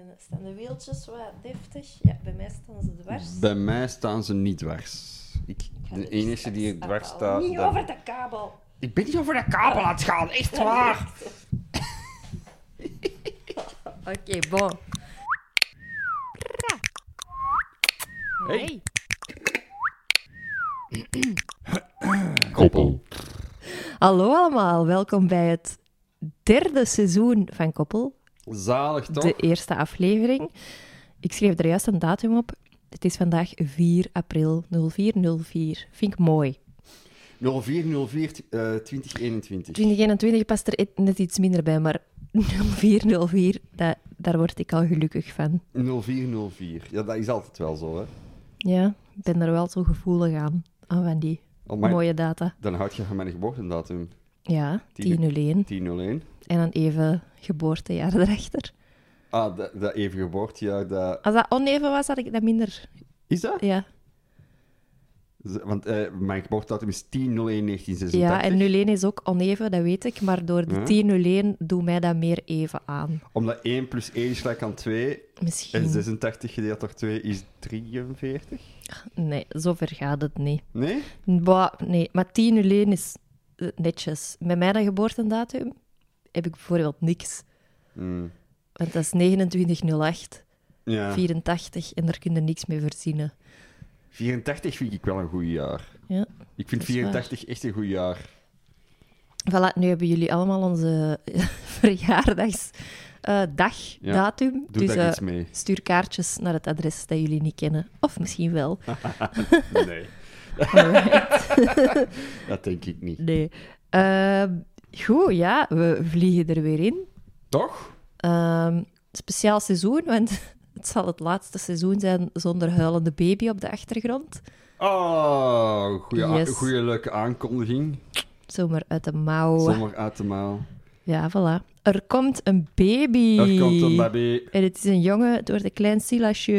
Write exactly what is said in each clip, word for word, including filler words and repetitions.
staan de wieltjes wat deftig? Ja, bij mij staan ze dwars. Bij mij staan ze niet dwars. Ik, Ik ga de dit enige straks die er dwars afhalen. staat... Niet dat- over de kabel. Ik ben niet over de kabel aan het gaan, echt waar. Oké, okay, bon. Hey. Hey. Koppel. Hallo allemaal, welkom bij het derde seizoen van Koppel. Zalig, toch? De eerste aflevering. Ik schreef er juist een datum op. Het is vandaag vier april nul vier nul vier. Vind ik mooi. nul vier nul vier uh, twintig eenentwintig. twintig eenentwintig past er net iets minder bij, maar nul vier nul vier, dat, daar word ik al gelukkig van. nul vier nul vier. Ja, dat is altijd wel zo, hè. Ja, ik ben er wel zo gevoelig aan, aan van die Oh, maar mooie data. dan houd je van mijn geboortedatum. Ja, tien nul één. tien nul één. En dan even geboortejaar erachter. Ah, dat, dat even geboortejaar, dat... Als dat oneven was, had ik dat minder. Is dat? Ja, Z- Want uh, mijn geboortedatum is tien nul één negentien zesentachtig. ja en nul één is ook oneven, dat weet ik. Maar door de Ja. tien nul één doet mij dat meer even aan. Omdat één plus één is gelijk aan twee. Misschien. En zesentachtig gedeeld door twee is drieënveertig. Nee, zover gaat het niet. Nee? Bah, nee, maar tien nul één is eh, netjes. Met mijn geboortedatum heb ik bijvoorbeeld niks. Mm. Want dat is negenentwintig nul acht, Ja. vierentachtig en daar kun je niks mee verzinnen. vierentachtig vind ik wel een goed jaar. Ja, Ik vind dat is vierentachtig echt een goed jaar. voilà, nu hebben jullie allemaal onze verjaardagsdag, Ja, datum. Doe Dus daar eh, iets mee. stuur kaartjes naar het adres dat jullie niet kennen. Of misschien wel. Nee, Alright. dat denk ik niet. Nee. Ehm, goed, ja, we vliegen er weer in. Toch? Ehm, speciaal seizoen, want het zal het laatste seizoen zijn zonder huilende baby op de achtergrond. Oh, goeie, Yes. goeie leuke aankondiging. Zomaar uit de mouw. Zomaar uit de mouw. Ja, voilà. Er komt een baby. Er komt een baby. En het is een jongen, het wordt een klein Silasje.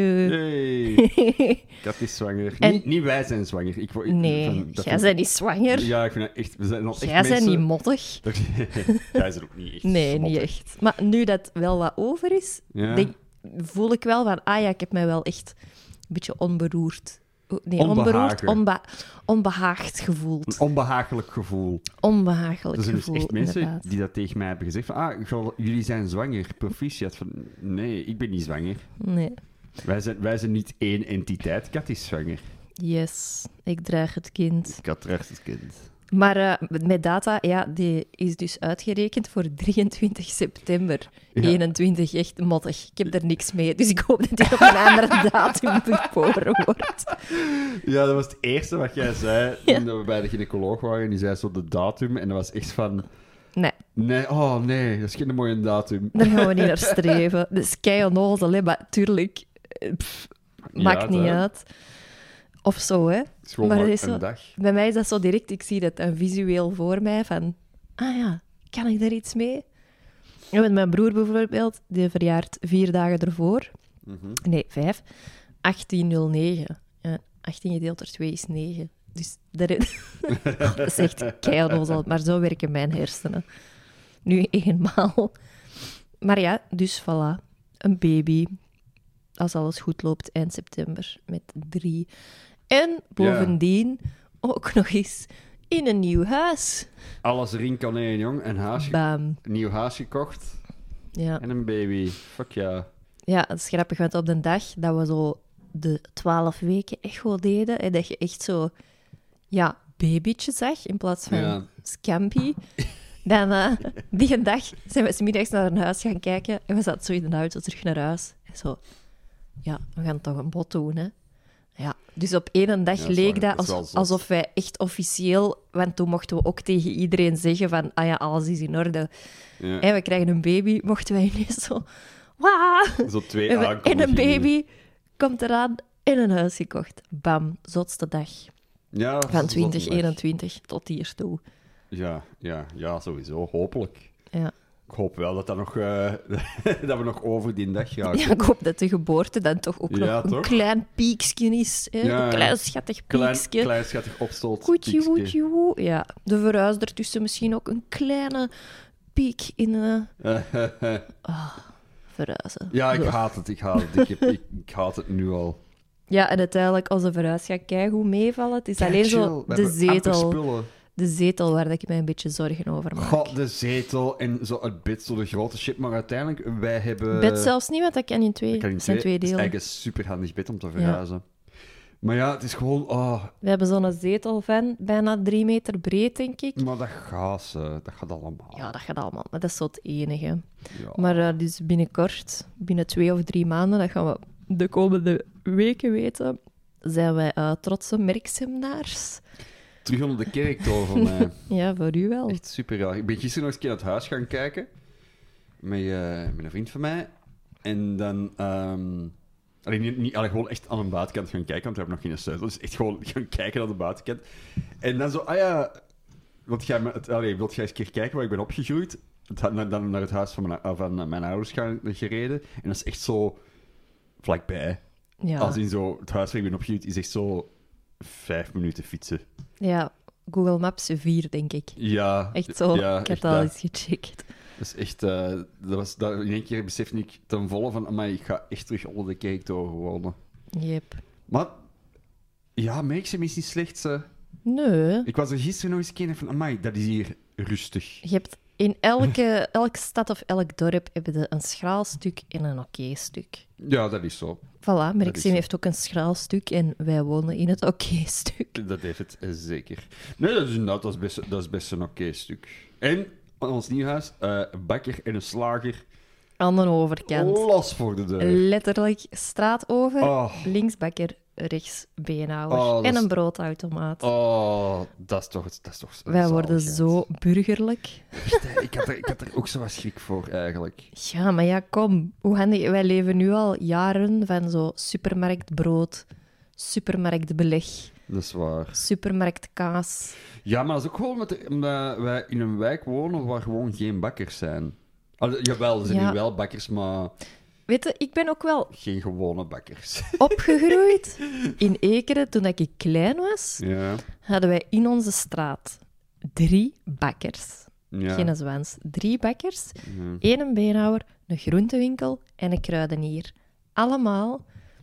Hey. Kat is zwanger. En- Niet, niet wij zijn zwanger. Ik, ik- Nee, van- dat jij vind- bent niet zwanger. Ja, ik vind dat echt... We zijn nog echt Jij bent mensen... niet mottig. Jij is er ook niet echt. Nee, mottig. niet echt. Maar nu dat het wel wat over is, Ja. denk, voel ik wel van, ah ja, ik heb mij wel echt een beetje onberoerd. Oh, Nee, Onbehagen. onberoerd, onbe onbehaagd gevoeld. Een onbehagelijk gevoel. Onbehagelijk Er zijn dus gevoel, echt mensen inderdaad. die dat tegen mij hebben gezegd van, ah, goh, jullie zijn zwanger, proficiat. Van, nee, ik ben niet zwanger. Nee. Wij zijn, wij zijn niet één entiteit. Kat is zwanger. Yes, ik draag het kind. Kat draagt het kind. Maar uh, met data, ja, die is dus uitgerekend voor drieëntwintig september. Ja. eenentwintig, echt mottig. Ik heb er niks mee, dus ik hoop dat hij op een andere datum geboren wordt. Ja, dat was het eerste wat jij zei Ja. toen we bij de gynaecoloog waren. Die zei zo de datum en dat was echt van... Nee, Nee, oh nee, dat is geen mooie datum. daar gaan we niet naar streven. Dat is kei onnozel, hè, maar tuurlijk, eh, pff, Ja, maakt niet dat- uit. Of zo, hè. Het is gewoon Maar maar dat is een zo- dag. Bij mij is dat zo direct, ik zie dat dan visueel voor mij, van, ah ja, kan ik daar iets mee? En met mijn broer bijvoorbeeld, die verjaart vier dagen ervoor. Mhm. Nee, vijf. achttien nul negen. Ja, achttien gedeeld door twee is negen. Dus dat is, dat is echt keihard, maar zo werken mijn hersenen. Nu eenmaal. Maar ja, dus voilà. Een baby. Als alles goed loopt, eind september met drie. En bovendien ook nog eens in een nieuw huis. Alles erin kan één, jong. Een, huis, ge- Bam. een nieuw huis gekocht Ja. en een baby. Fuck ja. Ja, dat is grappig, want op de dag dat we zo de twaalf weken echo deden, en dat je echt zo, ja, babytje zag, in plaats van Ja. scampi. Dan, eh, die een dag zijn we 's middags naar een huis gaan kijken en we zaten zo in de auto terug naar huis. En zo, ja, we gaan toch een bod doen, hè. Ja, dus op één dag Ja, dat is leek waar, dat dat is wel als, zot. alsof wij echt officieel, want toen mochten we ook tegen iedereen zeggen van, ah ja, alles is in orde. ja. En we krijgen een baby, mochten wij ineens zo, wauw. Zo twee En, we- en aankondigingen. een baby komt eraan en een huis gekocht. Bam, zotste dag. Ja, dat is Van een twintig zotte dag. eenentwintig tot hier toe. Ja, ja, ja, sowieso. Hopelijk. Ja. Ik hoop wel dat, dat, nog, eh, dat we nog over die dag gaan. Ja, ik hoop dat de geboorte dan toch ook Ja, nog een toch? klein piekje is. Hè? Ja, een klein schattig Klein, piekje. klein schattig opstoot. Woetje, piekske. woetje, woe. Ja, de verhuis ertussen misschien ook een kleine piek in... eh verhuizen. Ja, ik Zo. haat het, ik haat het. Ik, heb, ik, ik haat het nu al. Ja, en uiteindelijk, onze verhuis gaat keigoed meevallen. Het is Kijk, alleen chill. zo We de hebben amper zetel, spullen. de zetel waar ik mij een beetje zorgen over maak. God, de zetel en zo het bed, zo de grote shit. Maar uiteindelijk, wij hebben... Bed zelfs niet, want dat kan in twee. Dat kan in Dat zijn twee Het is delen. eigenlijk een superhandig bed om te verhuizen. Maar ja, het is gewoon... Oh, We hebben zo'n zetel van bijna drie meter breed, denk ik. maar dat gaat ze. Dat gaat allemaal. Ja, dat gaat allemaal. Maar dat is zo het enige. Ja. Maar uh, dus binnenkort, binnen twee of drie maanden, dat gaan we de komende weken weten, zijn wij uh, trotse merkseminaars. Terug onder de kerktoren voor mij. Ja, voor u wel. Echt super raar. Ik ben gisteren nog eens een keer naar het huis gaan kijken. Met, uh, met een vriend van mij. En dan... Um, Alleen niet, niet allee, gewoon echt aan de buitenkant gaan kijken, want we hebben nog geen sleutel. Dus echt gewoon gaan kijken naar de buitenkant. En dan zo, ah ja, wilt jij, me het, allee, wilt jij eens een keer kijken waar ik ben opgegroeid? Dan, dan naar het huis van mijn, van mijn ouders gaan gereden. En dat is echt zo vlakbij. Ja. Als in zo, het huis waar ik ben opgegroeid is echt zo vijf minuten fietsen. Ja, Google Maps vier, denk ik. Ja. Echt zo. Ja, ik heb echt dat al dat. eens gecheckt. Dat is echt... Uh, dat was, dat, in één keer besefte ik ten volle van, amai, ik ga echt terug onder de kerktoren wonen. Yep. Maar... Ja, Merksem is niet slecht, hè. Nee. Ik was er gisteren nog eens een keer en van, amai, dat is hier rustig. Je hebt in elke, elke stad of elk dorp hebben ze een schraal stuk en een oké stuk. Ja, dat is zo. Voilà, Merksem zo. heeft ook een schraal stuk en wij wonen in het oké stuk. Dat heeft het eh, zeker. Nee, dat is inderdaad, dat is best, dat is best een oké stuk. En, ons nieuw huis, uh, een bakker en een slager. Aan de overkant. Los voor de deur. Letterlijk straat over, Oh, links bakker, rechts beenhouwer. Oh, dat en is- een broodautomaat. oh, dat is toch... Dat is toch Wij worden zaligheid. zo burgerlijk. Echt, hè, ik, had er, ik had er ook zo wat schrik voor, eigenlijk. Ja, maar ja, kom. Hoe handig. Wij leven nu al jaren van zo supermarktbrood, supermarktbeleg, Dat is waar. supermarktkaas. Ja, maar dat is ook gewoon omdat, omdat wij in een wijk wonen waar gewoon geen bakkers zijn. Allee, jawel, er zijn Ja. nu wel bakkers, maar Weet je, ik ben ook wel geen gewone bakkers. opgegroeid in Ekeren. Toen ik klein was, Ja, hadden wij in onze straat drie bakkers. ja. Geen zwans. Drie bakkers, ja. één beenhouwer, een groentewinkel en een kruidenier. Allemaal,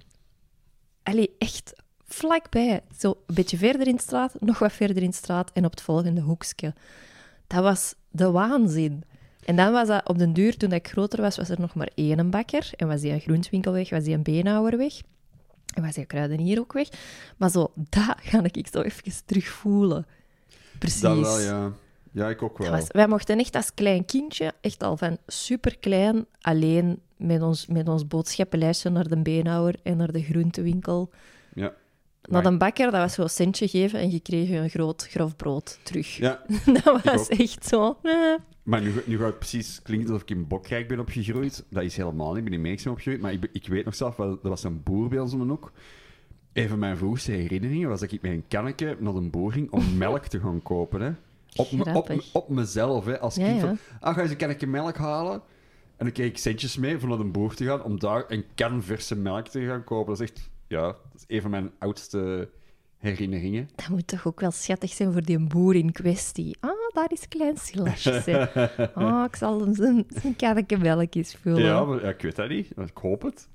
allee, echt vlakbij. Zo een beetje verder in de straat, nog wat verder in de straat en op het volgende hoekje. Dat was de waanzin. En dan was dat op den duur, toen ik groter was, was er nog maar één bakker. En was die een groentewinkel weg, was die een beenhouwer weg. En was die een kruidenier ook weg. Maar zo, dat ga ik zo even terugvoelen. Precies. Dat wel, ja. Ja, ik ook wel. Dat was- wij mochten echt als klein kindje, echt al van superklein, alleen met ons, met ons boodschappenlijstje naar de beenhouwer en naar de groentewinkel. Ja. Naar de bakker, dat was zo een centje geven en je kreeg een groot grof brood terug. Ja, Dat was ook. echt zo... eh. maar nu, nu gaat het precies klinken alsof ik in Bokrijk ben opgegroeid. Dat is helemaal niet. Ik ben in Merksem opgegroeid. Maar ik, ben- ik weet nog zelf, wel, er was een boer bij ons om de hoek. Een van mijn vroegste herinneringen was dat ik met een kannetje naar een boer ging om melk te gaan kopen. Hè. Op, me- op, Grappig. op mezelf, hè, als Ja, kind. ja. Van, ah, ga eens een kannetje melk halen. En dan kreeg ik centjes mee voor naar een boer te gaan om daar een kan verse melk te gaan kopen. Dat is echt, ja, dat is een van mijn oudste herinneringen. Dat moet toch ook wel schattig zijn voor die boer in kwestie. Ah, daar is klein Silasje. zeg. Ah, ik zal hem zijn, zijn karretje melk eens vullen. Ja, maar ja, ik weet dat niet. Ik hoop het.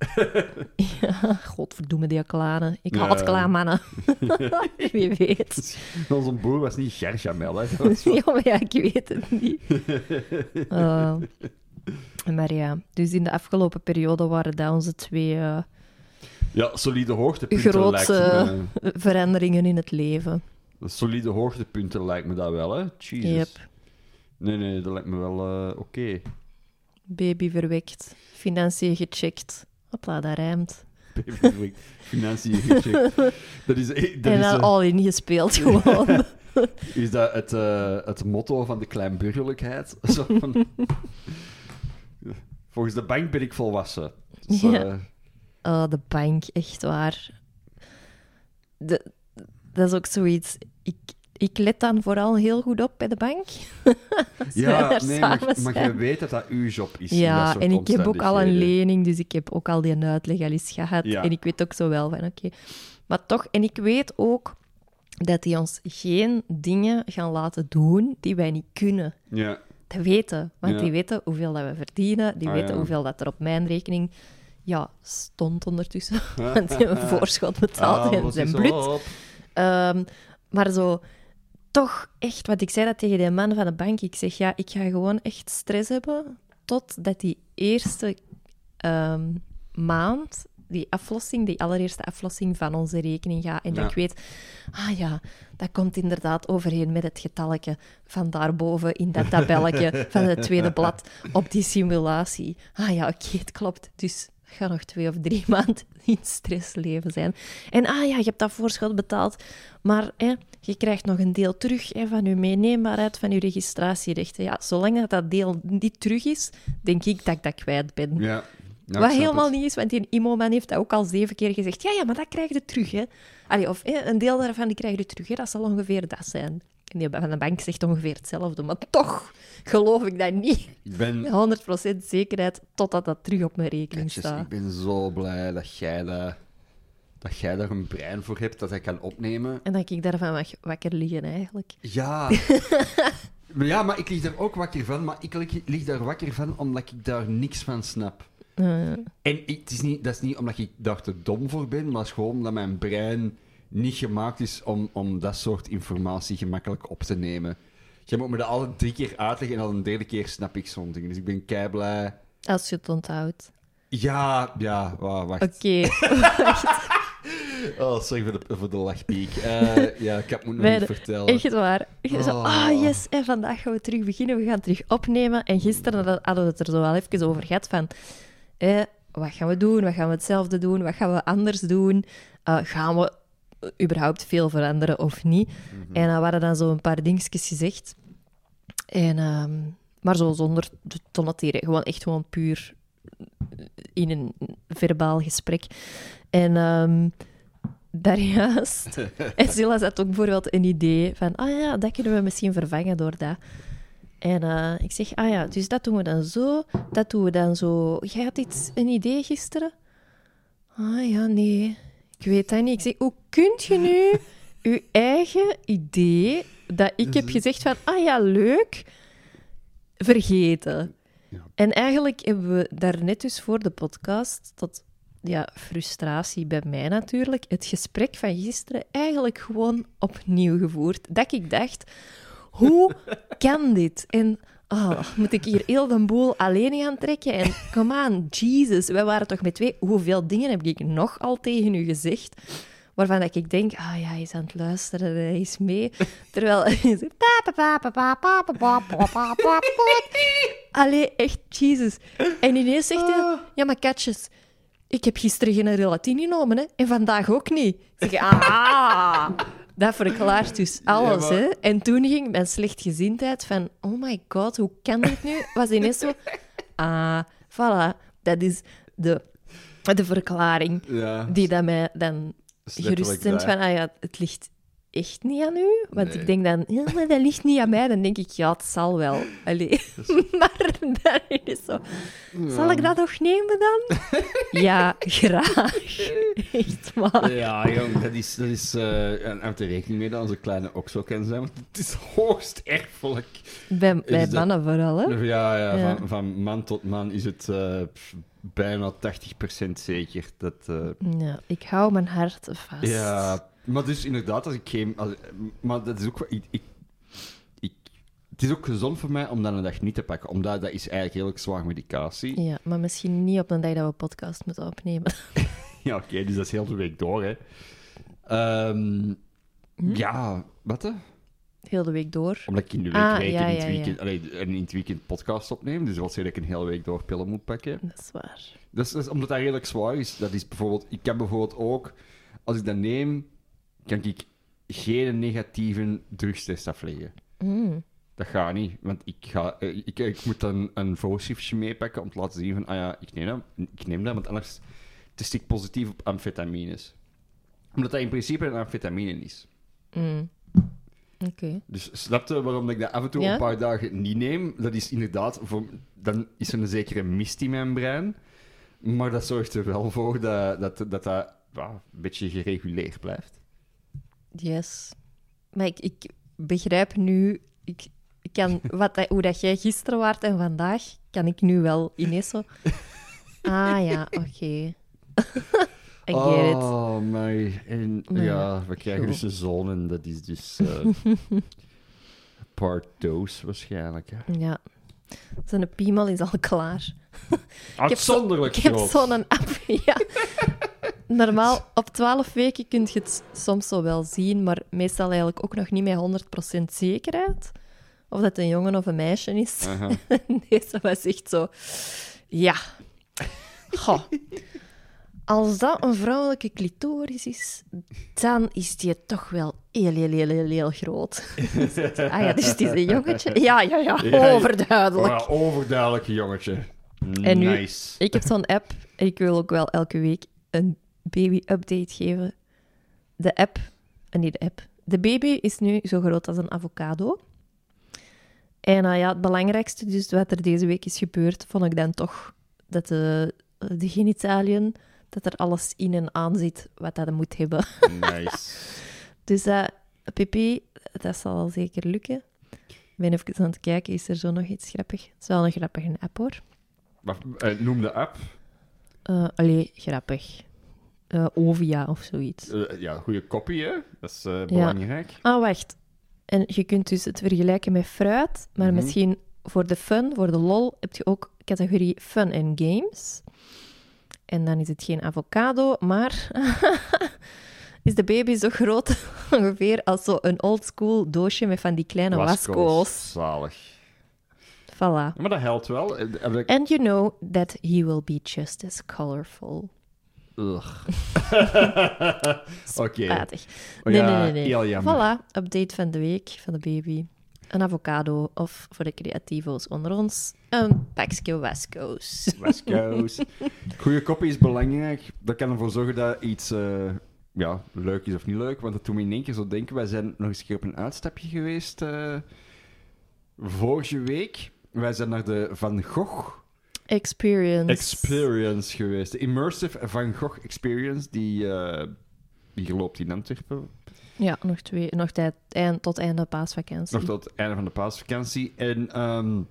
Ja, godverdomme die klanen. Ik Ja. haat klaanmannen. Wie weet. Onze boer was niet Gerjamel, hè. Dat was wel- Ja, maar ja, ik weet het niet. Eh, maar ja, dus in de afgelopen periode waren dat onze twee eh, Ja, solide hoogtepunten lijkt grootste me. veranderingen in het leven. Solide hoogtepunten lijkt me dat wel, hè. Jesus. Yep. Nee, nee, dat lijkt me wel eh, oké. Baby verwekt, financiën gecheckt. Hopla, dat rijmt. Okay. Financiën gecheckt. Dat is, eh, dat en is, dan eh, al in gespeeld gewoon. is dat het, eh, het motto van de kleinburgerlijkheid? Zo van... Volgens de bank ben ik volwassen. Dus, Ja. eh, Oh, de bank, echt waar. De, dat is ook zoiets... Ik, ik let dan vooral heel goed op bij de bank. Als wij ja, daar nee, maar, samen maar zijn. je weet dat dat uw job is. in dat Ja, soort en ik heb ook al een omstandigheden. lening, dus ik heb ook al die uitleg al eens gehad. Ja. En ik weet ook zo wel van, oké. Maar toch, en ik weet ook dat die ons geen dingen gaan laten doen die wij niet kunnen. Ja. dat weten. Want Ja. die weten hoeveel dat we verdienen. Die Ah, weten ja. hoeveel dat er op mijn rekening ja, stond ondertussen. Want die hebben een voorschot betaald Ah, en wat zijn is blut. op? Um, maar zo, toch echt, want ik zei dat tegen die man van de bank. Ik zeg, ja, ik ga gewoon echt stress hebben totdat die eerste um, maand, die aflossing, die allereerste aflossing van onze rekening gaat. En Ja. dat ik weet, ah ja, dat komt inderdaad overeen met het getalletje van daarboven in dat tabelletje van het tweede blad op die simulatie. Ah ja, oké, okay, het klopt. Dus het gaat nog twee of drie maanden in stressleven zijn. En ah ja, je hebt dat voorschot betaald, maar hè, je krijgt nog een deel terug hè, van je meeneembaarheid, van je registratierechten. Ja, zolang dat, dat deel niet terug is, denk ik dat ik dat kwijt ben. Ja. Ja, Wat ik snap helemaal het. niet is, want die Imo-man heeft dat ook al zeven keer gezegd. Ja, ja, maar dat krijg je terug, hè. Allee, of hè, een deel daarvan die krijg je terug, hè. Dat zal ongeveer dat zijn. En die van de bank zegt ongeveer hetzelfde, maar toch geloof ik dat niet. Ik ben, Met honderd procent zekerheid, totdat dat terug op mijn rekening Katjes, staat. ik ben zo blij dat jij, dat, dat jij daar een brein voor hebt, dat hij kan opnemen. En dat ik daarvan mag wakker liggen, eigenlijk. Ja. Maar ja, maar ik lig daar ook wakker van, maar ik lig, lig daar wakker van omdat ik daar niks van snap. Uh, En ik, het is niet, dat is niet omdat ik daar te dom voor ben, maar het is gewoon omdat mijn brein niet gemaakt is om, om dat soort informatie gemakkelijk op te nemen. Je moet me dat alle drie keer uitleggen en al een derde keer snap ik zo'n ding. Dus ik ben keiblij. als je het onthoudt. Ja, ja, wa- wacht. Oké. Oh, sorry voor de, voor de lachpiek. Eh, ja, ik heb moet nog Wij niet de- vertellen. Echt waar. Je zo, Oh. ah yes, en vandaag gaan we terug beginnen. We gaan terug opnemen. En gisteren hadden we het er zo wel even over gehad van... Eh, wat gaan we doen? Wat gaan we hetzelfde doen? Wat gaan we anders doen? Uh, gaan we überhaupt veel veranderen of niet? Mhm. En uh, we hadden dan zo een paar dingetjes gezegd. En, ehm, maar zo zonder te noteren. Gewoon echt gewoon puur in een verbaal gesprek. En... ehm daarjuist. En Silas had ook bijvoorbeeld een idee van, ah ja, dat kunnen we misschien vervangen door dat. En uh, ik zeg, ah ja, dus dat doen we dan zo, dat doen we dan zo. Jij had iets, een idee gisteren? Ah ja, nee, ik weet dat niet. Ik zeg, hoe kunt je nu je eigen idee, dat ik heb gezegd van, ah ja, leuk, vergeten? Ja. En eigenlijk hebben we daarnet dus voor de podcast, tot ja, frustratie bij mij natuurlijk, het gesprek van gisteren eigenlijk gewoon opnieuw gevoerd. Dat ik dacht, hoe kan dit? En oh, moet ik hier heel de boel alleen gaan trekken? En come on, Jesus, wij waren toch met twee. Hoeveel dingen heb ik nog al tegen u gezegd? Waarvan dat ik denk, ah ja, hij is aan het luisteren, hij is mee. Terwijl hij zegt... Allee, echt, Jesus. En ineens zegt hij, ja, maar Katjes, ik heb gisteren geen Relatin genomen, hè. En vandaag ook niet. Ik zeg, ah, dat verklaart dus alles, Ja, maar- hè. En toen ging mijn slechtgezindheid van, oh my god, hoe kan dit nu? Was ineens zo, ah, voilà, dat is de, de verklaring Ja, die dat mij dan is letterlijk geruststemt dat. van, ah ja, het ligt echt niet aan u. Want Nee. ik denk dan, ja, maar dat ligt niet aan mij. Dan denk ik, ja, het zal wel. Allee. Maar dan is zo, zal ik dat nog nemen dan? Ja, graag. Echt waar. Ja, jong, dat is... Dat is uh, en houd er rekening mee dat onze kleine ook zo kan zijn, want het is hoogst erfelijk. Bij, bij dat- mannen vooral, hè. Ja, ja, Ja. Van, van man tot man is het uh, pff, bijna tachtig procent zeker. Dat, uh, Ja, ik hou mijn hart vast. ja, maar dus inderdaad, als ik geen... Als, maar dat is ook... Ik, ik, ik, het is ook gezond voor mij om dan een dag niet te pakken, omdat dat is eigenlijk redelijk zwaar medicatie. Ja, maar misschien niet op een dag dat we podcast moeten opnemen. Ja, oké, okay, dus dat is heel de week door, hè. Um, hm? Ja, wat hè? Heel de week door. Omdat ik in de week Ah, werk ja, en in het ja, weekend, ja. allee, en in het weekend podcast opneem, dus dat wil zeggen dat ik een hele week door pillen moet pakken. Dat is waar. Dat is, dat is omdat dat redelijk zwaar is. Dat is bijvoorbeeld, ik kan bijvoorbeeld ook, als ik dat neem, kan ik geen negatieve drugstest afleggen. Mm. Dat gaat niet, want ik, ga, ik, ik moet dan een voorschriftje meepakken om te laten zien van, ah ja, ik neem dat, ik neem dat want anders test ik positief op amfetamines. Omdat dat in principe een amfetamine is. Mm. Oké. Okay. Dus snap je waarom ik dat af en toe Ja? een paar dagen niet neem? Dat is inderdaad, voor, dan is er een zekere mist in mijn brein. Maar dat zorgt er wel voor dat dat, dat, dat well, een beetje gereguleerd blijft. Yes. Maar ik, ik begrijp nu... Ik, ik kan wat, dat- hoe dat jij gisteren waart en vandaag, kan ik nu wel ineens zo... Ah ja, oké. I get it. Oh, my. En Maar ja, ja, we krijgen goed. dus een zoon en dat is dus uh, part dose waarschijnlijk. Hè. Ja. Zijn piemel is al klaar. Uitzonderlijk Ik heb groot. zo'n app, ja. Normaal, op twaalf weken kun je het soms zo wel zien, maar meestal eigenlijk ook nog niet met honderd procent zekerheid. Of dat een jongen of een meisje is. Aha. Deze was echt zo... Ja. Goh. Als dat een vrouwelijke clitoris is, dan is die toch wel heel, heel, heel, heel, heel groot. Ah ja, dus het is een jongetje. Ja, ja, ja, Ja, ja. overduidelijk. Oh, overduidelijk jongetje. En nu- Nice. Ik heb zo'n app en ik wil ook wel elke week een baby-update geven. De app... eh, Nee, de app. De baby is nu zo groot als een avocado. En uh, ja, het belangrijkste, dus wat er deze week is gebeurd, vond ik dan toch dat de, de genitaliën, dat er alles in en aan zit wat dat moet hebben. Nice. Dus uh, pipi, dat zal zeker lukken. Ik ben even aan het kijken, is er zo nog iets grappig? Het is wel een grappige app, hoor. Maar, eh, noem de app. Uh, allee, grappig. Uh, Ovia of zoiets. Eh, ja, goede kopie, hè? Dat is eh, belangrijk. Ah, wacht. En je kunt dus het vergelijken met fruit, maar Mhm. misschien voor de fun, voor de lol, heb je ook categorie fun en games. En dan is het geen avocado, maar is de baby zo groot ongeveer als zo'n oldschool doosje met van die kleine wasko's. Zalig. Voilà. Maar dat helpt wel. Eh, heb ik- And you know that he will be just as colorful. Ugh. Oké. Spijtig. Oh Nee, ja, nee, nee, nee. heel jammer. Voilà, update van de week van de baby. Een avocado, of voor de creativo's onder ons, een pakje Wasco's. West Coast. Goede kopie is belangrijk. Dat kan ervoor zorgen dat iets eh, ja, leuk is of niet leuk. Want dat doet me in één keer zo denken. Wij zijn nog eens een keer op een uitstapje geweest eh, vorige week. Wij zijn naar de Van Gogh Experience. Experience geweest. De Immersive Van Gogh Experience, die eh, hier loopt in Antwerpen. Ja, nog, twee, nog tijd, eind, tot einde paasvakantie. Nog tot het einde van de paasvakantie. En ehm,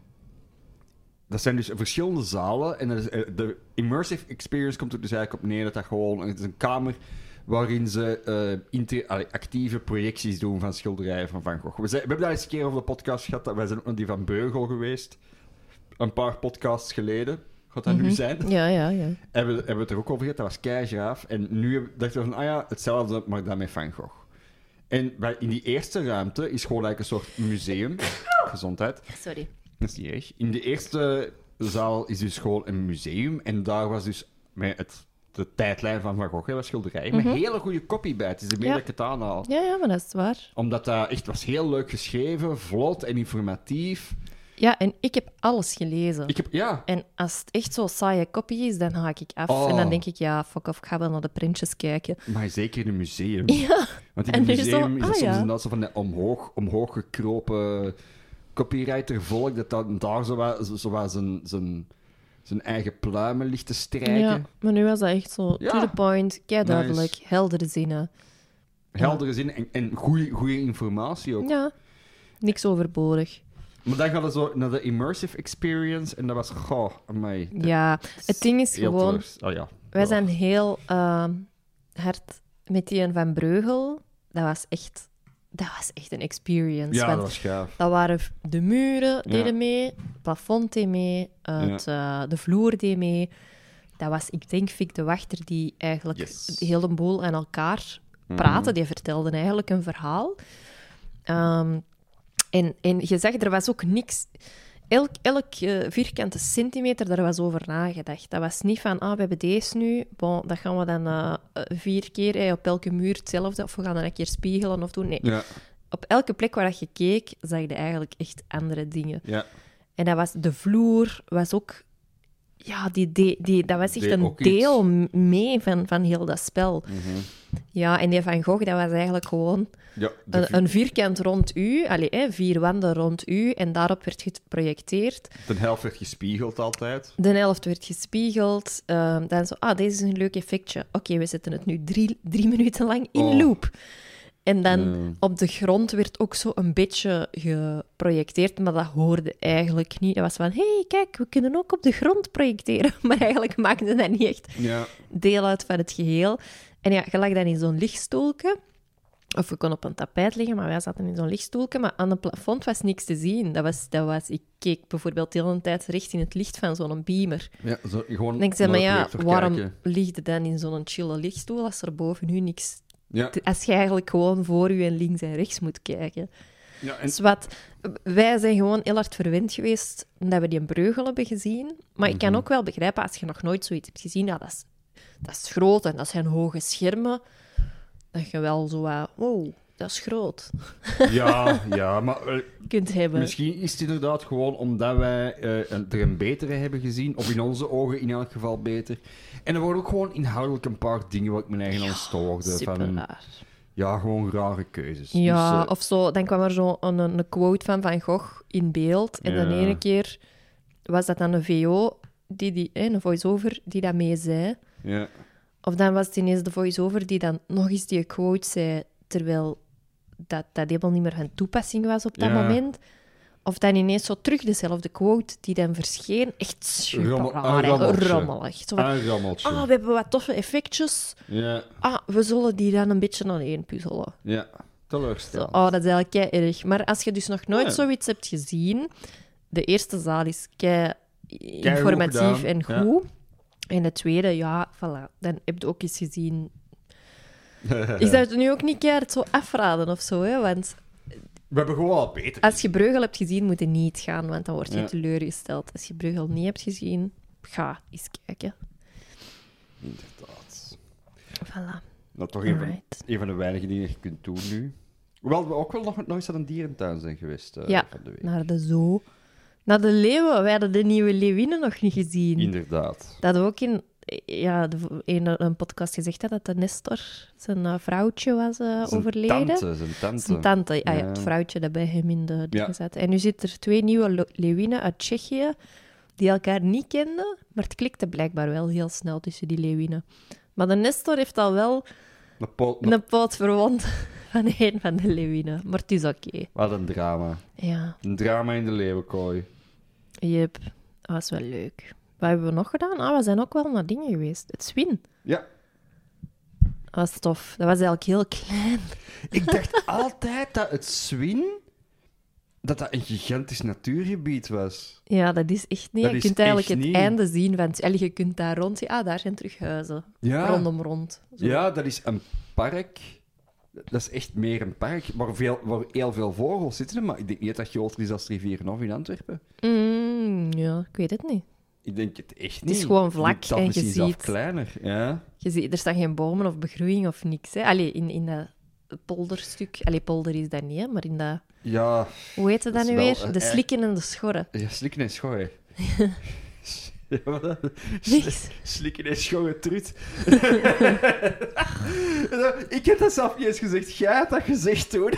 dat zijn dus verschillende zalen. En dat is, eh, de Immersive Experience komt er dus eigenlijk op neer dat dat gewoon... Het is een kamer waarin ze eh, inter- allee, actieve projecties doen van schilderijen van Van Gogh. We, zijn, we hebben daar eens een keer over de podcast gehad. Dat wij zijn ook naar die van Beugel geweest. Een paar podcasts geleden. Gaat dat nu Mhm. zijn? Ja, ja, ja. Hebben, we- hebben we het er ook over gehad. Dat was keigraaf. En nu heb- dachten we van, ah ja, hetzelfde, maar dan met Van Gogh. En bij, in die eerste ruimte is gewoon eigenlijk een soort museum. Gezondheid. Sorry. Dat is niet erg. In de eerste zaal is dus gewoon een museum. En daar was dus met het, de tijdlijn van Van Gogh, hè, wat schilderijen, Mhm. met hele goede kopie bij. Het is de meer Ja. dat ik het aanhaal. Ja, ja, maar dat is waar. Omdat dat echt was heel leuk geschreven, vlot en informatief. Ja, en ik heb alles gelezen. Ik heb, ja, En als het echt zo saaie kopie is, dan haak ik af. Oh. En dan denk ik, ja, fuck off, ik ga wel naar de printjes kijken. maar zeker in een museum. Ja, Want in En een nu zo, museum is ah, het soms ja. inderdaad zo van dat omhoog, omhoog gekropen copywriter-volk, dat dat daar zo wat, zo, zo wat zijn, zijn, zijn eigen pluimen ligt te strijken. ja, maar nu was dat echt zo Ja. to the point, kei duidelijk, Nice. heldere zinnen. Heldere zin en, en goede informatie ook. Ja, niks overbodig. Maar dan gaat het zo naar de immersive experience en dat was, goh, amai. Ja, het ding is Heel gewoon, teleur- Oh ja. wij Oh. zijn heel ehm, hard met die een Van Breugel. Dat was echt, dat was echt een experience. Ja, want dat was gaaf. dat waren de muren deden Ja. mee, het plafond deed mee, het, eh, de vloer deed mee. Dat was, ik denk, Fik de Wachter die eigenlijk Yes. de hele boel aan elkaar praten. Die vertelde eigenlijk een verhaal. Ehm, en, en je zag, er was ook niks... Elk, elk eh, vierkante centimeter, daar was over nagedacht. Dat was niet van, ah, we hebben deze nu, bon, dat gaan we dan eh, eh, vier keer eh, op elke muur hetzelfde, of we gaan dan een keer spiegelen of doen. Nee, Ja, op elke plek waar je keek, zag je eigenlijk echt andere dingen. ja. En dat was, de vloer was ook... Ja, die, die, die, dat was echt Deed een ook iets. deel m- mee van, van heel dat spel. Mhm. Ja, en die Van Gogh, dat was eigenlijk gewoon Ja, de vi- een, een vierkant rond u, allee, hè, vier wanden rond u, en daarop werd geprojecteerd. de helft werd gespiegeld altijd. De helft werd gespiegeld. ehm, dan zo, ah, deze is een leuk effectje. Oké, we zetten het nu drie, drie minuten lang in Oh. loop. En dan Nee. op de grond werd ook zo een beetje geprojecteerd, maar dat hoorde eigenlijk niet. Dat was van, hé, hey, kijk, we kunnen ook op de grond projecteren. Maar eigenlijk maakte dat niet echt Ja. deel uit van het geheel. En ja, je lag dan in zo'n lichtstoelke. Of we konden op een tapijt liggen, maar wij zaten in zo'n lichtstoelke. Maar aan het plafond was niks te zien. Dat was, dat was, ik keek bijvoorbeeld de hele tijd recht in het licht van zo'n beamer. Ja, zo, gewoon En ik zei, maar naar de ja, projector waarom kijken. ligt je dan in zo'n chille lichtstoel als er boven u niks... Ja. Als je eigenlijk gewoon voor u en links en rechts moet kijken. Ja, en... Dus wat, wij zijn gewoon heel hard verwend geweest dat we die breugel hebben gezien. Maar ik kan Mhm. ook wel begrijpen, als je nog nooit zoiets hebt gezien, ja, dat is, dat is groot en dat zijn hoge schermen, dat je wel zo wat, wow, dat is groot, ja, ja, maar eh, kunt hebben. misschien is het inderdaad gewoon omdat wij eh, een- er een betere hebben gezien, of in onze ogen in elk geval beter. En er worden ook gewoon inhoudelijk een paar dingen waar ik me eigen aan stoorde. Super Van, raar. ja, gewoon rare keuzes. Ja, Dus, eh, of zo, dan kwam er zo een, een quote van Van Gogh in beeld. En Ja. de ene keer was dat dan een V O, die, die, eh, een voice-over, die dat mee zei. ja. Of dan was het ineens de voice-over die dan nog eens die quote zei, terwijl dat, dat helemaal niet meer van toepassing was op dat Ja. moment. Of dan ineens zo terug dezelfde quote die dan verscheen. Echt super Rommel- raar, een hè. rommeltje. rommelig. Zo van, Een rammeltje. ah, we hebben wat toffe effectjes. Ja, Ah, we zullen die dan een beetje aan één puzzelen. ja. Zo, Teleurstellend. oh, dat is eigenlijk kei erg. Maar als je dus nog nooit Ja. zoiets hebt gezien, de eerste zaal is kei informatief gedaan, en ja. goed. En de tweede, ja, voilà. Dan heb je ook eens gezien. Ik zou het nu ook niet keihard zo afraden of zo, hè, want We hebben gewoon al beter. als je Breugel hebt gezien, moet je niet gaan, want dan word je Ja. teleurgesteld. Als je Breugel niet hebt gezien, ga eens kijken. Inderdaad. Voilà. Nou, toch een van, Alright. een van de weinige dingen die je kunt doen nu. Hoewel we ook wel nog, nog eens aan een dierentuin zijn geweest eh, Ja. van de week. Naar de zoo. Naar de leeuwen. Wij hadden de nieuwe leeuwinnen nog niet gezien. Inderdaad. Dat hadden we ook in ja, de, een, een podcast gezegd had dat de Nestor zijn eh, vrouwtje was eh, Zijn overleden. Tante, zijn tante. Zijn tante, ah, ja, Ja. het vrouwtje dat bij hem in de dingen Ja. zat. En nu zitten er twee nieuwe lo- leeuwinnen uit Tsjechië die elkaar niet kenden, maar het klikte blijkbaar wel heel snel tussen die leeuwinnen. Maar de Nestor heeft al wel Een po- een- een poot verwond van een van de leeuwinnen. Maar het is oké. Wat een drama. Ja, Een drama in de leeuwenkooi. jep. Dat was wel leuk. Wat hebben we nog gedaan? Ah, we zijn ook wel naar dingen geweest. Het Zwin. Ja. Dat was tof. Dat was eigenlijk heel klein. Ik dacht altijd dat het Zwin... dat dat een gigantisch natuurgebied was. Ja, dat is echt niet. Dat Je is kunt eigenlijk echt het niet. einde zien. Want allee, je kunt daar rond zien. Ah, daar zijn terug huizen. Ja. Rondom rond. Zo. Ja, dat is een park. Dat is echt meer een park waar, veel, waar heel veel vogels zitten. Maar ik denk niet dat dat groter is als Rivierenhof in Antwerpen. Mm, ja, ik weet het niet. Ik denk het echt niet. is gewoon Ik denk vlak dat en je misschien zelfs ziet- kleiner. Ja. Je ziet, er staan geen bomen of begroeiing of niks. Hè. Allee, in, in dat polderstuk. Allee, polder is dat niet, hè, maar in dat... Ja, Hoe heet het Dat dan is nu wel, weer? eh, De eh, slikken en de schorren. ja slikken en schorren. Ja, wat dan? Niks. Slikken en schorren, trut. Ik heb dat zelf niet eens gezegd. Jij hebt dat gezegd toen.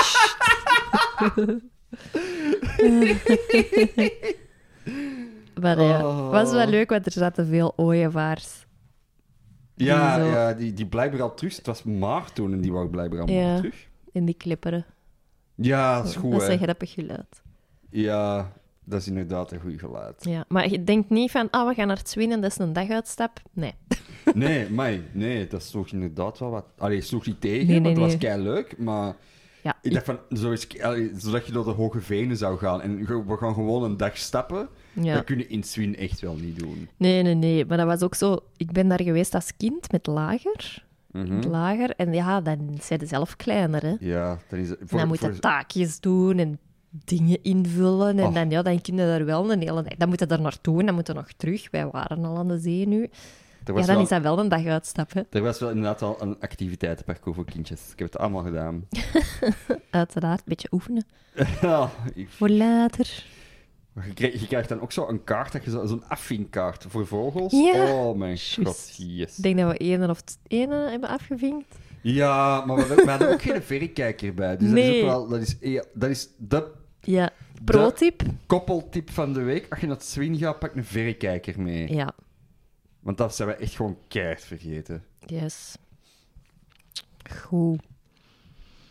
Maar ja, Oh. was wel leuk, want er zaten veel ooievaars. Ja, Die zo- ja die, die blijkbaar al terug. Het was maart toen en die waren blijkbaar allemaal Ja. terug. In die klipperen. Ja, dat is goed, Dat is hè. een grappig geluid. Ja, dat is inderdaad een goed geluid. Ja, maar je denkt niet van, ah, we gaan naar het Zwin en dat is een daguitstap. Nee. Nee, maar nee, dat sloeg inderdaad wel wat... Allee, sloeg niet tegen, Nee, want nee, het was nee. kei leuk, maar... Ja, Ik dacht van, zo is, allee, zodat je door de Hoge Venen zou gaan en ge- we gaan gewoon een dag stappen, ja. dat kun je in Zwin echt wel niet doen. Nee, nee, nee. Maar dat was ook zo... Ik ben daar geweest als kind met lager. Mhm. Met lager. En ja, dan zijn ze zelf kleiner, hè. Ja, dan is het... En voor- dan moet je voor- taakjes doen en dingen invullen. En Och. dan, ja, dan kun je daar wel een hele dag... Dan moet je daar naartoe en dan moet je nog terug. Wij waren al aan de zee nu. er, Ja, was dan wel, is dat wel een dag uitstappen. er was wel inderdaad al een activiteitenparcours voor kindjes. Ik heb het allemaal gedaan. Uiteraard, een beetje oefenen. Ja, ik- Voor later. je, krijgt, je krijgt dan ook zo een kaart, dat je zo- zo'n afvinkkaart voor vogels. Ja, Oh mijn juist. god, yes. Ik denk dat we één of t- één hebben afgevinkt. Ja, maar we, hadden- we hadden ook geen verrekijker bij. Dus dat is Nee. ook wel... Dat is, ja, dat is de Ja, pro-tip. koppeltip van de week. Als je naar het Zwin gaat, pak een verrekijker mee. Ja, Want dat zijn we echt gewoon keihard vergeten. yes. Goed.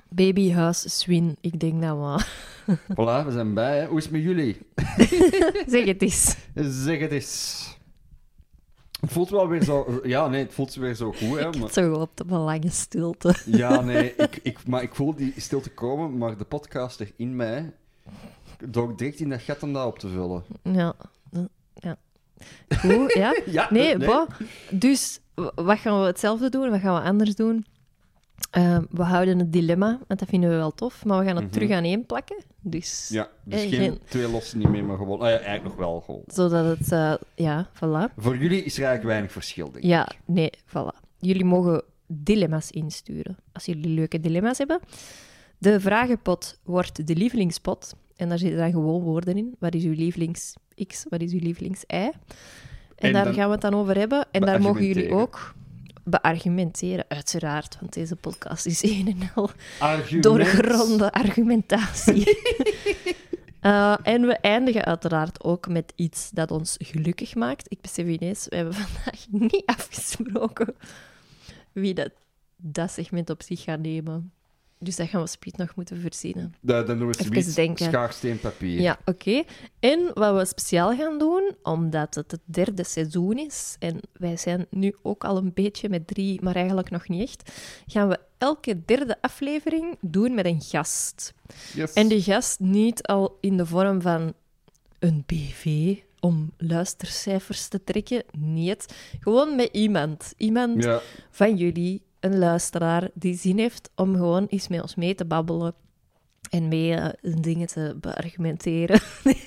Babyhuis Swin, ik denk dat wel. Voilà, we zijn bij. Hè. Hoe is het met jullie? Zeg het eens. Zeg het eens. Het voelt wel weer zo... Ja, nee, het voelt weer zo goed, hè. Ik Maar... had zo gehoopt op een lange stilte. Ja, nee, ik, ik, maar ik voel die stilte komen, maar de podcaster in mij dook direct in dat gat om dat op te vullen. Ja. ja. Goed, ja? Ja, Nee, nee. bon. Dus, w- wat gaan we hetzelfde doen? Wat gaan we anders doen? Uh, we houden het dilemma, want dat vinden we wel tof, maar we gaan het Mhm. terug aan één plakken. Dus, Ja, dus Eh, geen, geen- twee lossen niet meer, maar gewoon... Ah ja, eigenlijk nog wel gewoon. zodat het... uh, ja, voilà. Voor jullie is er eigenlijk weinig verschil, denk ik. Ja, nee, voilà. Jullie mogen dilemma's insturen. Als jullie leuke dilemma's hebben. De vragenpot wordt de lievelingspot. En daar zitten dan gewoon woorden in. Wat is uw lievelings X? Wat is uw lievelings Y? En, En daar dan gaan we het dan over hebben. En daar mogen jullie beargumenteren. ook beargumenteren, uiteraard. Want deze podcast is een en al Argument. doorgronde argumentatie. Uh, en we eindigen uiteraard ook met iets dat ons gelukkig maakt. Ik besef ineens, we hebben vandaag niet afgesproken wie dat, dat segment op zich gaat nemen. Dus dat gaan we speed nog moeten verzinnen. Da- Dan doen we Even zoiets denken. schaar, steen, papier. Ja, oké. En wat we speciaal gaan doen, omdat het het derde seizoen is, en wij zijn nu ook al een beetje met drie, maar eigenlijk nog niet echt, gaan we elke derde aflevering doen met een gast. Yes. En die gast niet al in de vorm van een B V om luistercijfers te trekken. Niet. Gewoon met iemand. Iemand Ja, van jullie, een luisteraar, die zin heeft om gewoon eens met ons mee te babbelen en mee uh, dingen te beargumenteren.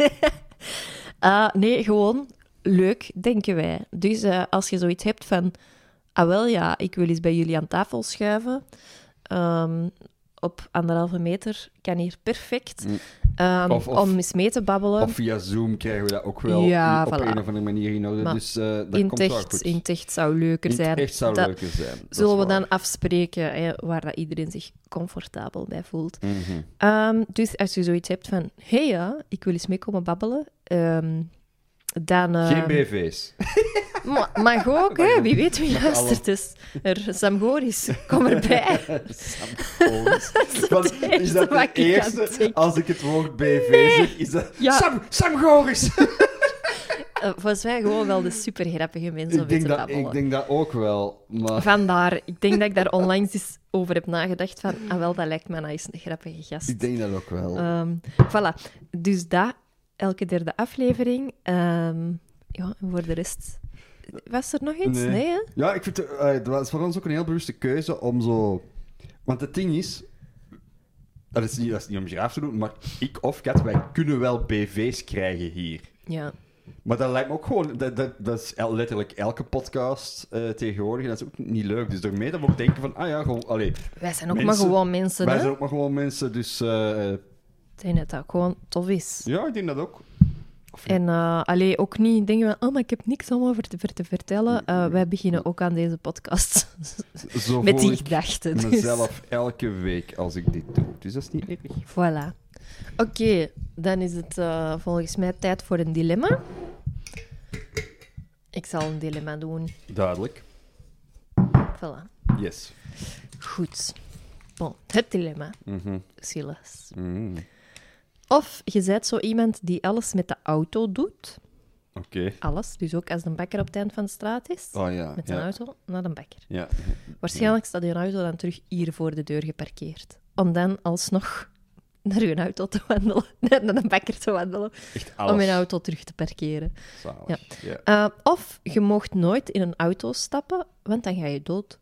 uh, nee, gewoon leuk, denken wij. Dus uh, als je zoiets hebt van, ah wel ja, ik wil eens bij jullie aan tafel schuiven, um, op anderhalve meter, kan hier perfect, Mm. um, Of- of- om eens mee te babbelen. of via Zoom krijgen we dat ook wel Ja, op voilà. een of andere manier in orde. Maar Dus uh, dat in, komt wel het echt, goed. in het echt zou leuker In het zijn. echt zou Dat leuker zijn. Dat zullen is we waar. dan afspreken hè, waar dat iedereen zich comfortabel bij voelt. Mhm. Um, dus als je zoiets hebt van, hé hey, ja, ik wil eens meekomen babbelen, um, dan... Uh, Geen B V's. ma- mag ook, hè? Wie weet wie Mag luistert. Dus er, Sam Goris, kom erbij. Sam Goris. Want het is eerste dat wat de ik aan eerste, denk. als ik het woord B V zeg, is dat... Ja. Sam, Sam Goris! Uh, volgens mij gewoon wel de super grappige mensen om ik, mee denk te dat, babbelen. ik denk dat ook wel, maar... Vandaar, ik denk dat ik daar onlangs eens over heb nagedacht van, ah wel, dat lijkt me nou eens een grappige gast. Ik denk dat ook wel. Um, voilà. Dus dat, elke derde aflevering. Um, ja, en voor de rest... Was er nog iets? Nee. Nee, hè? Ja, ik vind het, uh, het was voor ons ook een heel bewuste keuze om zo... Want het ding is... Dat is niet, dat is niet om graaf te doen, maar ik of Kat, wij kunnen wel B V's krijgen hier. Ja. Maar dat lijkt me ook gewoon... Dat, dat, dat is el- letterlijk elke podcast uh, tegenwoordig. En dat is ook niet leuk. Dus daarmee dat we ook denken van... Ah ja, gewoon... Allee, Wij zijn ook Mensen- maar gewoon mensen, wij hè? zijn ook maar gewoon mensen, dus... uh, Ik denk dat dat gewoon tof is. ja, ik denk dat ook. Of En uh, allee, ook niet denken van, oh, maar ik heb niks om over te, ver- te vertellen. Uh, wij beginnen ook aan deze podcast Zo met voel die ik gedachten. Dus. mezelf elke week als ik dit doe. Dus dat is niet erg. Voilà. Oké, okay, dan is het uh, volgens mij tijd voor een dilemma. Ik zal een dilemma doen. Duidelijk. Voilà. Yes. Goed. Bon, het dilemma, Mhm. Silas. Mhm. Of je bent zo iemand die alles met de auto doet. Oké. Alles. Dus ook als de bakker op het eind van de straat is. Oh ja. Met zijn ja. auto naar de bakker. Ja. Waarschijnlijk staat je auto dan terug hier voor de deur geparkeerd. Om dan alsnog naar je auto te wandelen. Naar de bakker te wandelen. Echt alles. Om je auto terug te parkeren. Zalig. Ja. Ja. Uh, of je mocht nooit in een auto stappen, want dan ga je dood.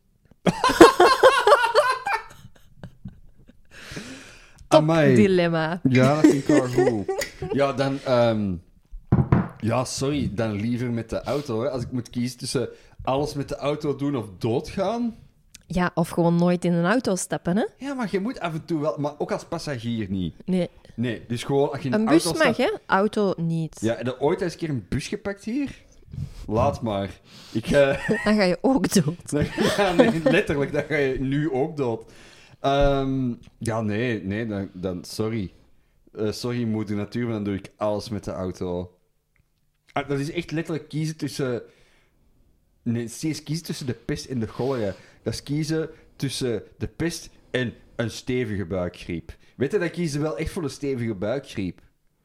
Top Amai. dilemma. Ja, dat vind ik wel goed. Ja, dan... ehm, Ja, sorry. Dan liever met de auto. Hè. Als ik moet kiezen tussen alles met de auto doen of doodgaan... Ja, of gewoon nooit in een auto stappen, hè? Ja, maar je moet af en toe wel... Maar ook als passagier niet. Nee, Nee, dus gewoon als je in een de bus auto mag, stapt... hè? Auto niet. Ja, heb je ooit eens een keer een bus gepakt hier? Laat maar. Ik ga... Dan ga je ook dood. Dan- ja, nee, letterlijk, dan ga je nu ook dood. Ehm, ja, nee, nee, dan, dan sorry. Eh, sorry, moeder natuur, maar dan doe ik alles met de auto. Ah, dat is echt letterlijk kiezen tussen... Nee, steeds kiezen tussen de pest en de cholera. Dat is kiezen tussen de pest en een stevige buikgriep. Weet je, dan kiezen ze wel echt voor een stevige buikgriep.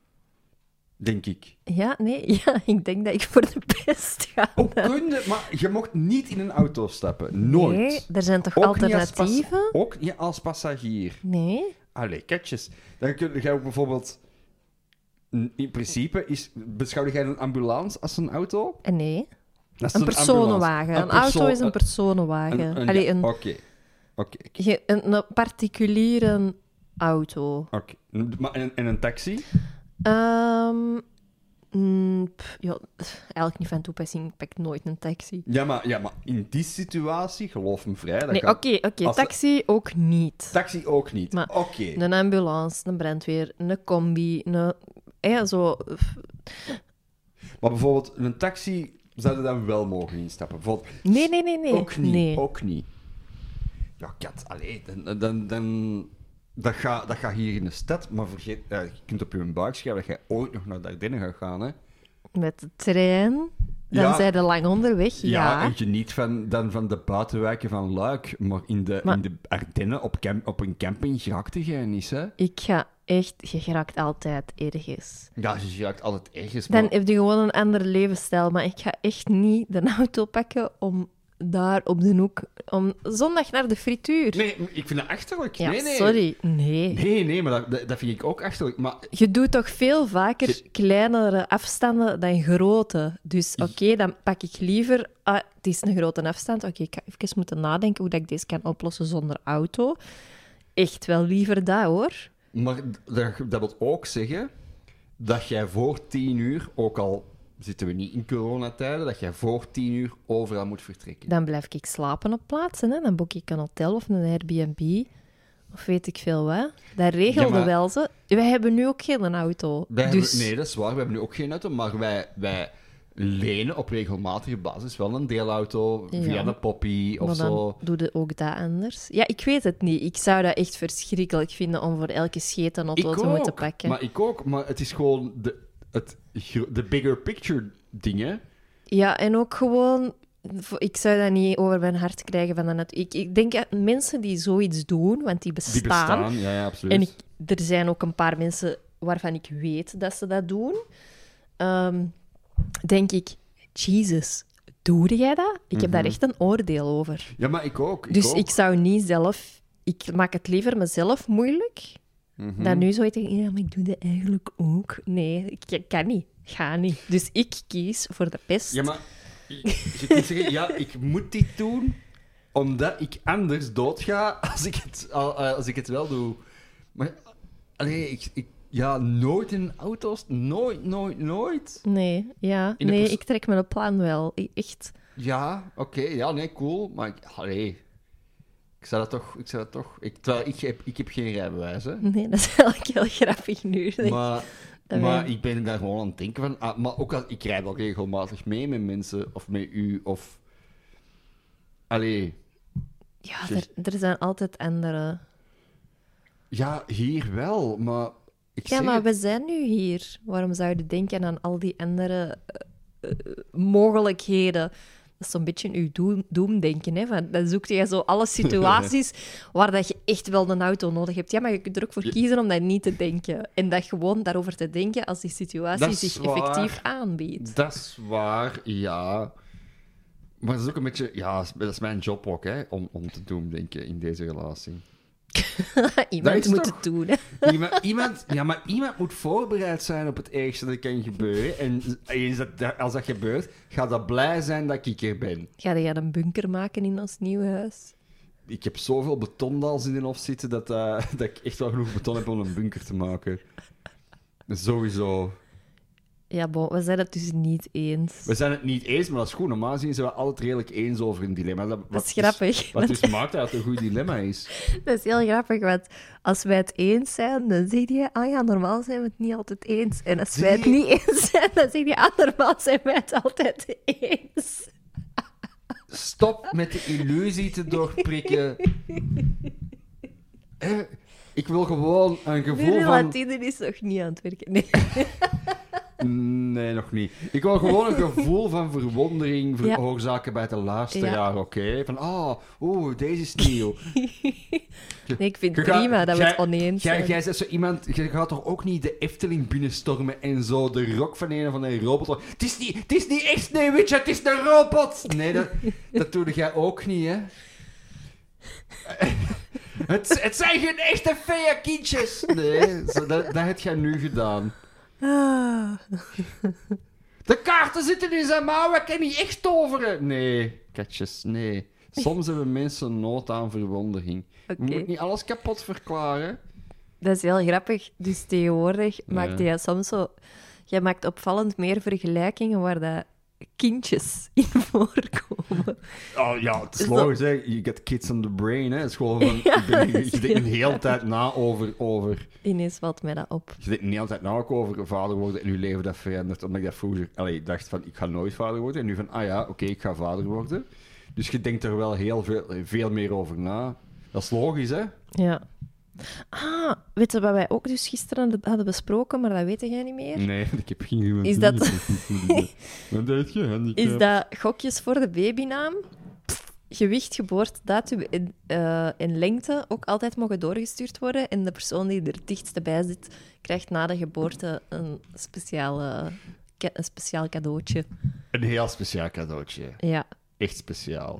Denk ik. Ja, nee, ja, ik denk dat ik voor de pest ga. Hoe kun je... Maar je mocht niet in een auto stappen. Nooit. Nee, er zijn toch Ook niet als alternatieven? pas- ook niet als passagier. Nee. Allee, ketjes. Dan kun je ook bijvoorbeeld... In principe is... Beschouw jij een ambulance als een auto? En nee. Dat is Een ambulance. personenwagen. Een, auto persoon- is een personenwagen. een- een- Allee, ja, een, Oké. Oké. je- een, een particuliere auto. Oké. Maar En, en een taxi? Ehm mm, pff, ja, eigenlijk niet van toepassing. Ik pak nooit een taxi. Ja, maar, ja, maar in die situatie, geloof me vrij... dat Nee, gaat- oké, oké. als de- taxi ook niet. Taxi ook niet. Maar- Oké. Een ambulance, een brandweer, een combi, een... Ja, zo... Maar bijvoorbeeld, een taxi zouden dan wel mogen instappen. Bijvoorbeeld, Nee, nee, nee, nee. ook niet. Nee. Ook niet. Ja, kat, allee, dan... dan, dan dat gaat dat gaat hier in de stad, maar vergeet... ja, je kunt op je buik schrijven dat jij ooit nog naar Dardenne gaat gaan, hè. Met de trein, dan Ja. zijn ze lang onderweg, Ja, ja. en geniet van, dan van de buitenwijken van Luik. Maar in de, Maar- in de Ardennen, op, camp, op een camping, geraakte jij niet, hè? Ik ga echt... Je geraakt altijd ergens. Ja, je geraakt altijd ergens, maar... Dan heb je gewoon een andere levensstijl. Maar ik ga echt niet de auto pakken om daar op de hoek... Om zondag naar de frituur. Nee, ik vind dat achterlijk. ja, nee, nee. sorry. Nee. Nee, nee, maar dat, dat, dat vind ik ook achterlijk. Maar Je doet toch veel vaker Je- kleinere afstanden dan grote. Dus oké, dan pak ik liever... Ah, het is een grote afstand. Oké, ik ga even moeten nadenken hoe dat ik deze kan oplossen zonder auto. Echt wel liever dat, hoor. Maar dat, dat wil ook zeggen dat jij voor tien uur, ook al zitten we niet in coronatijden, dat jij voor tien uur overal moet vertrekken. Dan blijf ik slapen op plaatsen. Hè. Dan boek ik een hotel of een Airbnb. Of weet ik veel wat. Dat regelde Ja, maar- wel ze. Wij hebben nu ook geen auto. Wij dus hebben, nee, dat is waar. We hebben nu ook geen auto, maar wij, wij lenen op regelmatige basis wel een deelauto Ja. via de Poppy of maar dan zo. doe je ook dat anders. Ja, ik weet het niet. Ik zou dat echt verschrikkelijk vinden om voor elke scheet een auto Ik te moeten ook, pakken. maar ik ook. Maar het is gewoon de, het, gro- de bigger picture dingen. Ja, en ook gewoon... Ik zou dat niet over mijn hart krijgen van dat. Ik, ik denk dat mensen die zoiets doen, want die bestaan... Die bestaan, ja, ja, absoluut. En ik, er zijn ook een paar mensen waarvan ik weet dat ze dat doen. Ehm, denk ik, Jesus, doe jij dat? Ik heb daar Mhm. echt een oordeel over. Ja, maar ik ook. Ik dus ook. ik zou niet zelf... Ik maak het liever mezelf moeilijk, Mhm. dan nu zo te ja, maar ik doe dat eigenlijk ook. Nee, ik ik kan niet. Ga niet. Dus ik kies voor de pest. Ja, maar je kunt zeggen, ja, ik moet dit doen, omdat ik anders doodga als ik het, als ik het wel doe. Maar, allee, ik, ik, ja, nooit in auto's, nooit, nooit, nooit. Nee, ja. In de Nee, pers- ik trek mijn plan wel. I- Echt. Ja, oké, ja, nee, cool, maar ik, allee, ik zou dat toch, ik zou dat toch, ik, terwijl ik heb, ik heb geen rijbewijs, hè. Nee, dat is eigenlijk heel grappig nu. Maar, Dat maar weet ik ben daar gewoon aan het denken van... Ah, maar ook al, ik rijd wel regelmatig mee met mensen, of met u, of... Allee, Ja, er, er zijn altijd andere. ja, hier wel, maar... Ik Ja, zeg maar het. we zijn nu hier. Waarom zou je denken aan al die andere eh, eh, mogelijkheden? Dat is zo'n beetje uw doem, doemdenken. Hè? Van, dan zoek je zo alle situaties waar dat je echt wel een auto nodig hebt. Ja, maar je kunt er ook voor Ja. kiezen om dat niet te denken. En dat gewoon daarover te denken als die situatie Dat is zich waar. effectief aanbiedt. Dat is waar, ja. Maar dat is ook een beetje... Ja, dat is mijn job ook, hè, om, om te doen, denken in deze relatie. Iemand is moet toch- het doen. Hè? Iemand, iemand, ja, maar iemand moet voorbereid zijn op het ergste dat kan gebeuren. En eens dat, als dat gebeurt, gaat dat blij zijn dat ik er ben. Ga jij een bunker maken in ons nieuwe huis? Ik heb zoveel betondals in de hof zitten dat, eh, dat ik echt wel genoeg beton heb om een bunker te maken. Sowieso. Ja, bon, we zijn het dus niet eens. We zijn het niet eens, maar dat is goed. Normaal gezien zijn we altijd redelijk eens over een dilemma. Dat, Dat is dus- grappig. wat dus maakt dat het een goed dilemma is. Dat is heel grappig, want als wij het eens zijn, dan zeg je, ah ja, normaal zijn we het niet altijd eens. En als wij het Nee. niet eens zijn, dan zeg je, ah, normaal zijn wij het altijd eens. Stop met de illusie te doorprikken. Eh, Ik wil gewoon een gevoel Nu, van... Latine is nog niet aan het werken. Nee. Nee, nog niet. Ik wil gewoon een gevoel van verwondering veroorzaken ja. bij de luisteraar, ja. oké? Okay? Van, oh, oeh, deze is nieuw. Nee, ik vind het prima gaat, dat we het oneens zijn. Jij, jij zegt zo iemand, je gaat toch ook niet de Efteling binnenstormen en zo de rok van een van een robot... Het is niet, het is niet echt Sneeuwwitje, het is een robot! Nee, dat, dat doe jij ook niet, hè? het, het zijn geen echte fea-kindjes! Nee, zo, dat, dat heb jij nu gedaan. Ah. De kaarten zitten in zijn mouw, ik kan niet echt toveren. Nee, katjes, nee. Soms hebben mensen nood aan verwondering. Okay. Je moet niet alles kapot verklaren. Dat is heel grappig. Dus tegenwoordig ja. maakt jij soms zo... Jij maakt opvallend meer vergelijkingen waar dat kindjes in voorkomen. Oh ja, het is logisch, hè. You get kids on the brain, hè. Het is gewoon van... Ja, ik ben, je denkt een hele tijd na over... over... Ineens valt mij dat op. Je denkt een hele tijd na ook over vader worden en je leven dat verandert. Omdat ik dat vroeger... Allee, dacht van, ik ga nooit vader worden. En nu van, ah ja, oké, okay, ik ga vader worden. Dus je denkt er wel heel veel, veel meer over na. Dat is logisch, hè? Ja. Ah, weet je wat wij ook dus gisteren hadden besproken, maar dat weet jij niet meer? Nee, ik heb geen idee. Is dat... Wat deed je? Is dat gokjes voor de babynaam, gewicht, geboortedatum en, uh, en lengte ook altijd mogen doorgestuurd worden en de persoon die er het dichtste bij zit, krijgt na de geboorte een, speciale, een speciaal cadeautje. Een heel speciaal cadeautje. Ja. Echt speciaal.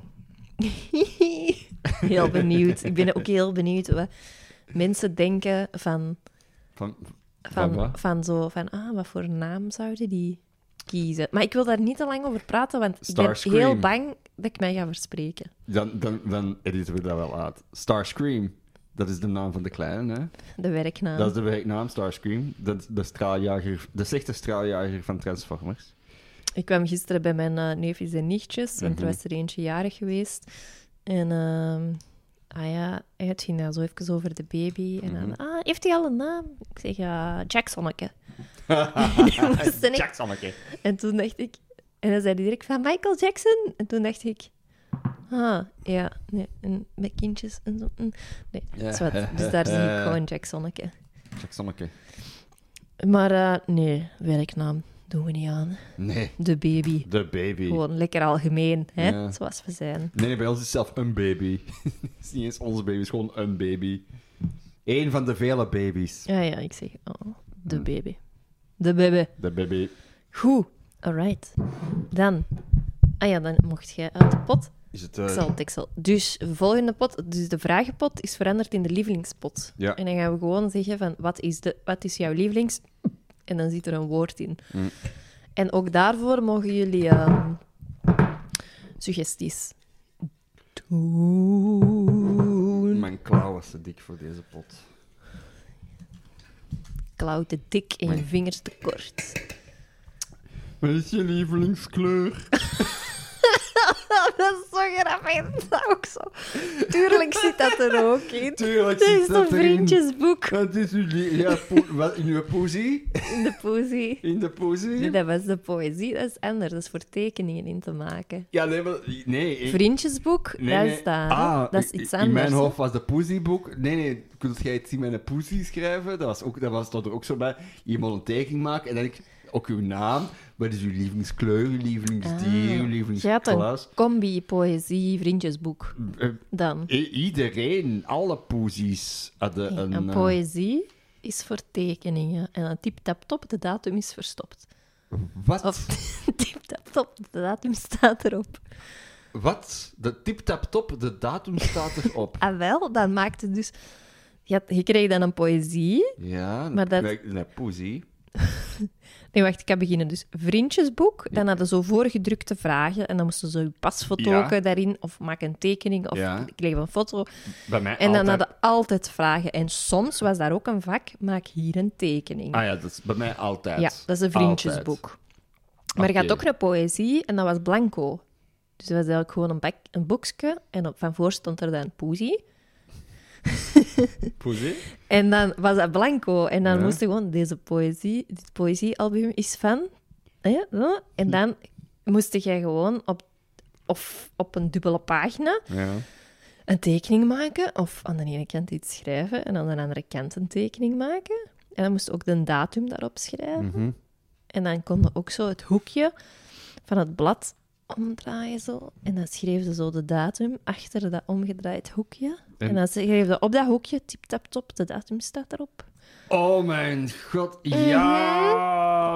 Heel benieuwd. Ik ben ook heel benieuwd wat mensen denken van... Van, van, van, van zo van, ah, wat voor naam zouden die kiezen? Maar ik wil daar niet te lang over praten, want Starscream. Ik ben heel bang dat ik mij ga verspreken. Dan, dan, dan editen we dat wel uit. Starscream, dat is de naam van de kleine, hè? De werknaam. Dat is de werknaam, Starscream. Dat de straaljager, de slechte straaljager van Transformers. Ik kwam gisteren bij mijn uh, neefjes en nichtjes, want mm-hmm. er was er eentje jarig geweest. En... Uh, Ah ja, het ging dan zo even over de baby. En dan, mm-hmm. ah, heeft hij al een naam? Ik zeg, ja, uh, Jacksonneke. Jacksonneke. En toen dacht ik... En dan zei hij direct van Michael Jackson. En toen dacht ik... Ah, ja, nee. En met kindjes en zo. Nee, ja. Is wat. Dus daar zie ik gewoon Jacksonneke. Jacksonneke. Maar uh, nee, werknaam doen we niet aan. Nee. De baby. De baby. Gewoon lekker algemeen, hè? Ja. Zoals we zijn. Nee, nee, bij ons is het zelf een baby. Het is niet eens onze baby, het is gewoon een baby. Eén van de vele baby's. Ja, ja, ik zeg, oh, de baby. De baby. De baby. Goed, alright. Dan, ah ja, dan mocht jij uit de pot. Is het... Uh... Excel, Excel. Dus de volgende pot, dus de vragenpot is veranderd in de lievelingspot. Ja. En dan gaan we gewoon zeggen van, wat is, de, wat is jouw lievelings... En dan zit er een woord in. Mm. En ook daarvoor mogen jullie uh, suggesties doen. Mijn klauw was te dik voor deze pot. Klauw te dik en je vingers te kort. Wat is je lievelingskleur? Dat is zo grappig. Dat is ook zo. Tuurlijk zit dat er ook in. Tuurlijk dat zit is dat een erin. vriendjesboek. Wat is uw li- ja, po- wat, in uw poëzie? In de poëzie. In de poëzie? Nee, dat was de poëzie. Dat is anders. Dat is voor tekeningen in te maken. Ja, nee, maar... Nee. Ik... Vriendjesboek, nee, dat nee. is dat. Ah, dat is iets in anders. In mijn hoofd was de poëzieboek... Nee, nee. Kun jij het zien met een poëzie schrijven? Dat was, ook, dat was er ook zo bij. Iemand een tekening maken en dan ik... Ook uw naam. Wat is uw lievelingskleur, uw lievelingsdier, uw lievelingsklas? Je had een combi, poëzie, vriendjesboek. Uh, Dan. I- iedereen, alle poëzies hadden een... Een poëzie is voor tekeningen. En een tip-tap-top, de datum is verstopt. Wat? Of tip-tap-top, de datum staat erop. Wat? De tip-tap-top, de datum staat erop. Ah, wel, dan maakte dus... Je, had, je kreeg dan een poëzie. Ja, maar dat... een, een poëzie. Nee, wacht, ik ga beginnen. Dus vriendjesboek, dan hadden ze zo voorgedrukte vragen en dan moesten ze je pasfoto ja. daarin, of maak een tekening, of ja. ik leg een foto. Bij mij en dan altijd... hadden altijd vragen. En soms was daar ook een vak, maak hier een tekening. Ah ja, dat is bij mij altijd. Ja, dat is een vriendjesboek. Altijd. Maar okay. je had ook een poëzie en dat was blanco. Dus dat was eigenlijk gewoon een, bak, een boekje en op, van voor stond er dan poëzie. Poëzie? En dan was dat blanco. En dan ja. moest je gewoon, deze poëzie, dit poëziealbum is van... Ja, en dan moest je gewoon op, of op een dubbele pagina ja. een tekening maken. Of aan de ene kant iets schrijven en aan de andere kant een tekening maken. En dan moest je ook de datum daarop schrijven. Mm-hmm. En dan kon je ook zo het hoekje van het blad omdraaien zo. En dan schreef ze zo de datum achter dat omgedraaid hoekje. En, en dan schreef ze op dat hoekje, tip tap top, de datum staat erop. Oh mijn god, ja!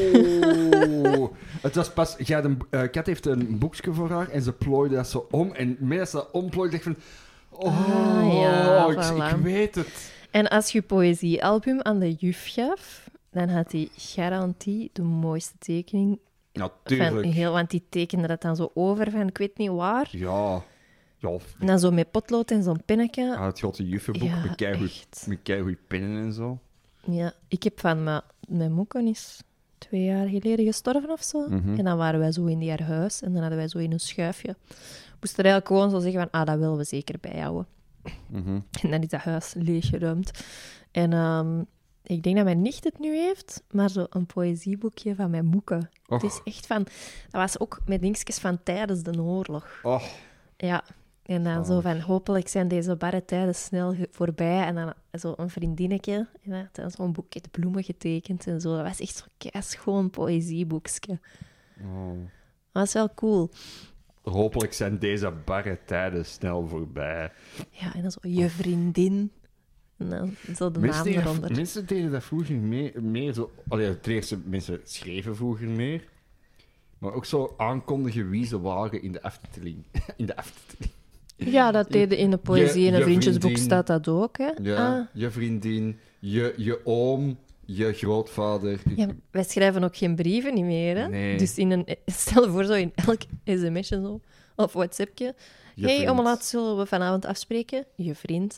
Oh! Het was pas... Ja, de, uh, Kat heeft een boekje voor haar en ze plooide dat zo om. En met dat omplooide, dacht ik van... Oh, ah, ja, ik, voilà. ik weet het. En als je poëziealbum aan de juf gaf, dan had hij garantie de mooiste tekening. Natuurlijk. Van heel, want die tekende dat dan zo over van ik weet niet waar. Ja. Ja. En dan zo met potlood en zo'n pennetje. Ah, het grote juffenboek ja, met keigoed pennen en zo. Ja, ik heb van mijn, mijn moeken is twee jaar geleden gestorven of zo. Mm-hmm. En dan waren wij zo in die haar huis en dan hadden wij zo in een schuifje. Moesten er eigenlijk gewoon zo zeggen van, ah, dat willen we zeker bijhouden. Mm-hmm. En dan is dat huis leeggeruimd. En um, ik denk dat mijn nicht het nu heeft, maar zo een poëzieboekje van mijn moeken. Och. Het is echt van... Dat was ook met dingetjes van tijdens de oorlog. Oh. Ja. En dan oh. zo van, hopelijk zijn deze barre tijden snel voorbij. En dan zo een vriendinnetje, en dan had zo'n boekje de bloemen getekend en zo. Dat was echt zo'n keischoon poëzieboekje. Oh. Dat was wel cool. Hopelijk zijn deze barre tijden snel voorbij. Ja, en dan zo je vriendin. En dan zo de mensen naam deden, eronder. Mensen deden dat vroeger meer, meer zo... Allee, ten eerste, mensen schreven vroeger meer. Maar ook zo aankondigen wie ze waren in de aftiteling. in de aftiteling. Ja, dat deden in de poëzie. Je- In een je vriendjesboek vriendin. staat dat ook, hè. Ja, Ah. je vriendin, je, je oom, je grootvader. Ja, wij schrijven ook geen brieven niet meer, hè. Nee. Dus in een, stel je voor, zo in elk sms'je zo, of WhatsAppje. Je Hey, vriend. om laat zullen we vanavond afspreken? Je vriend.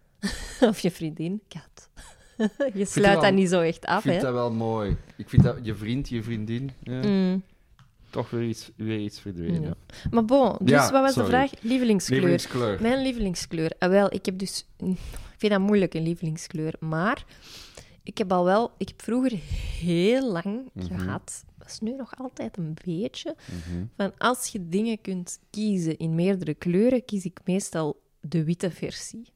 of je vriendin. Kat. je sluit wel- dat niet zo echt Ik af, vind hè. dat wel mooi. Ik vind dat je vriend, je vriendin, ja, Mm. toch weer iets, weer iets verdwenen. Ja. Maar bon, dus Ja, wat was sorry. de vraag? Lievelingskleur. Lievelingskleur. Mijn lievelingskleur. Ah, wel, ik heb dus... Ik vind dat moeilijk, een lievelingskleur. Maar ik heb al wel... Ik heb vroeger heel lang Mhm. gehad... Dat is nu nog altijd een beetje... Mhm. Van als je dingen kunt kiezen in meerdere kleuren, kies ik meestal de witte versie.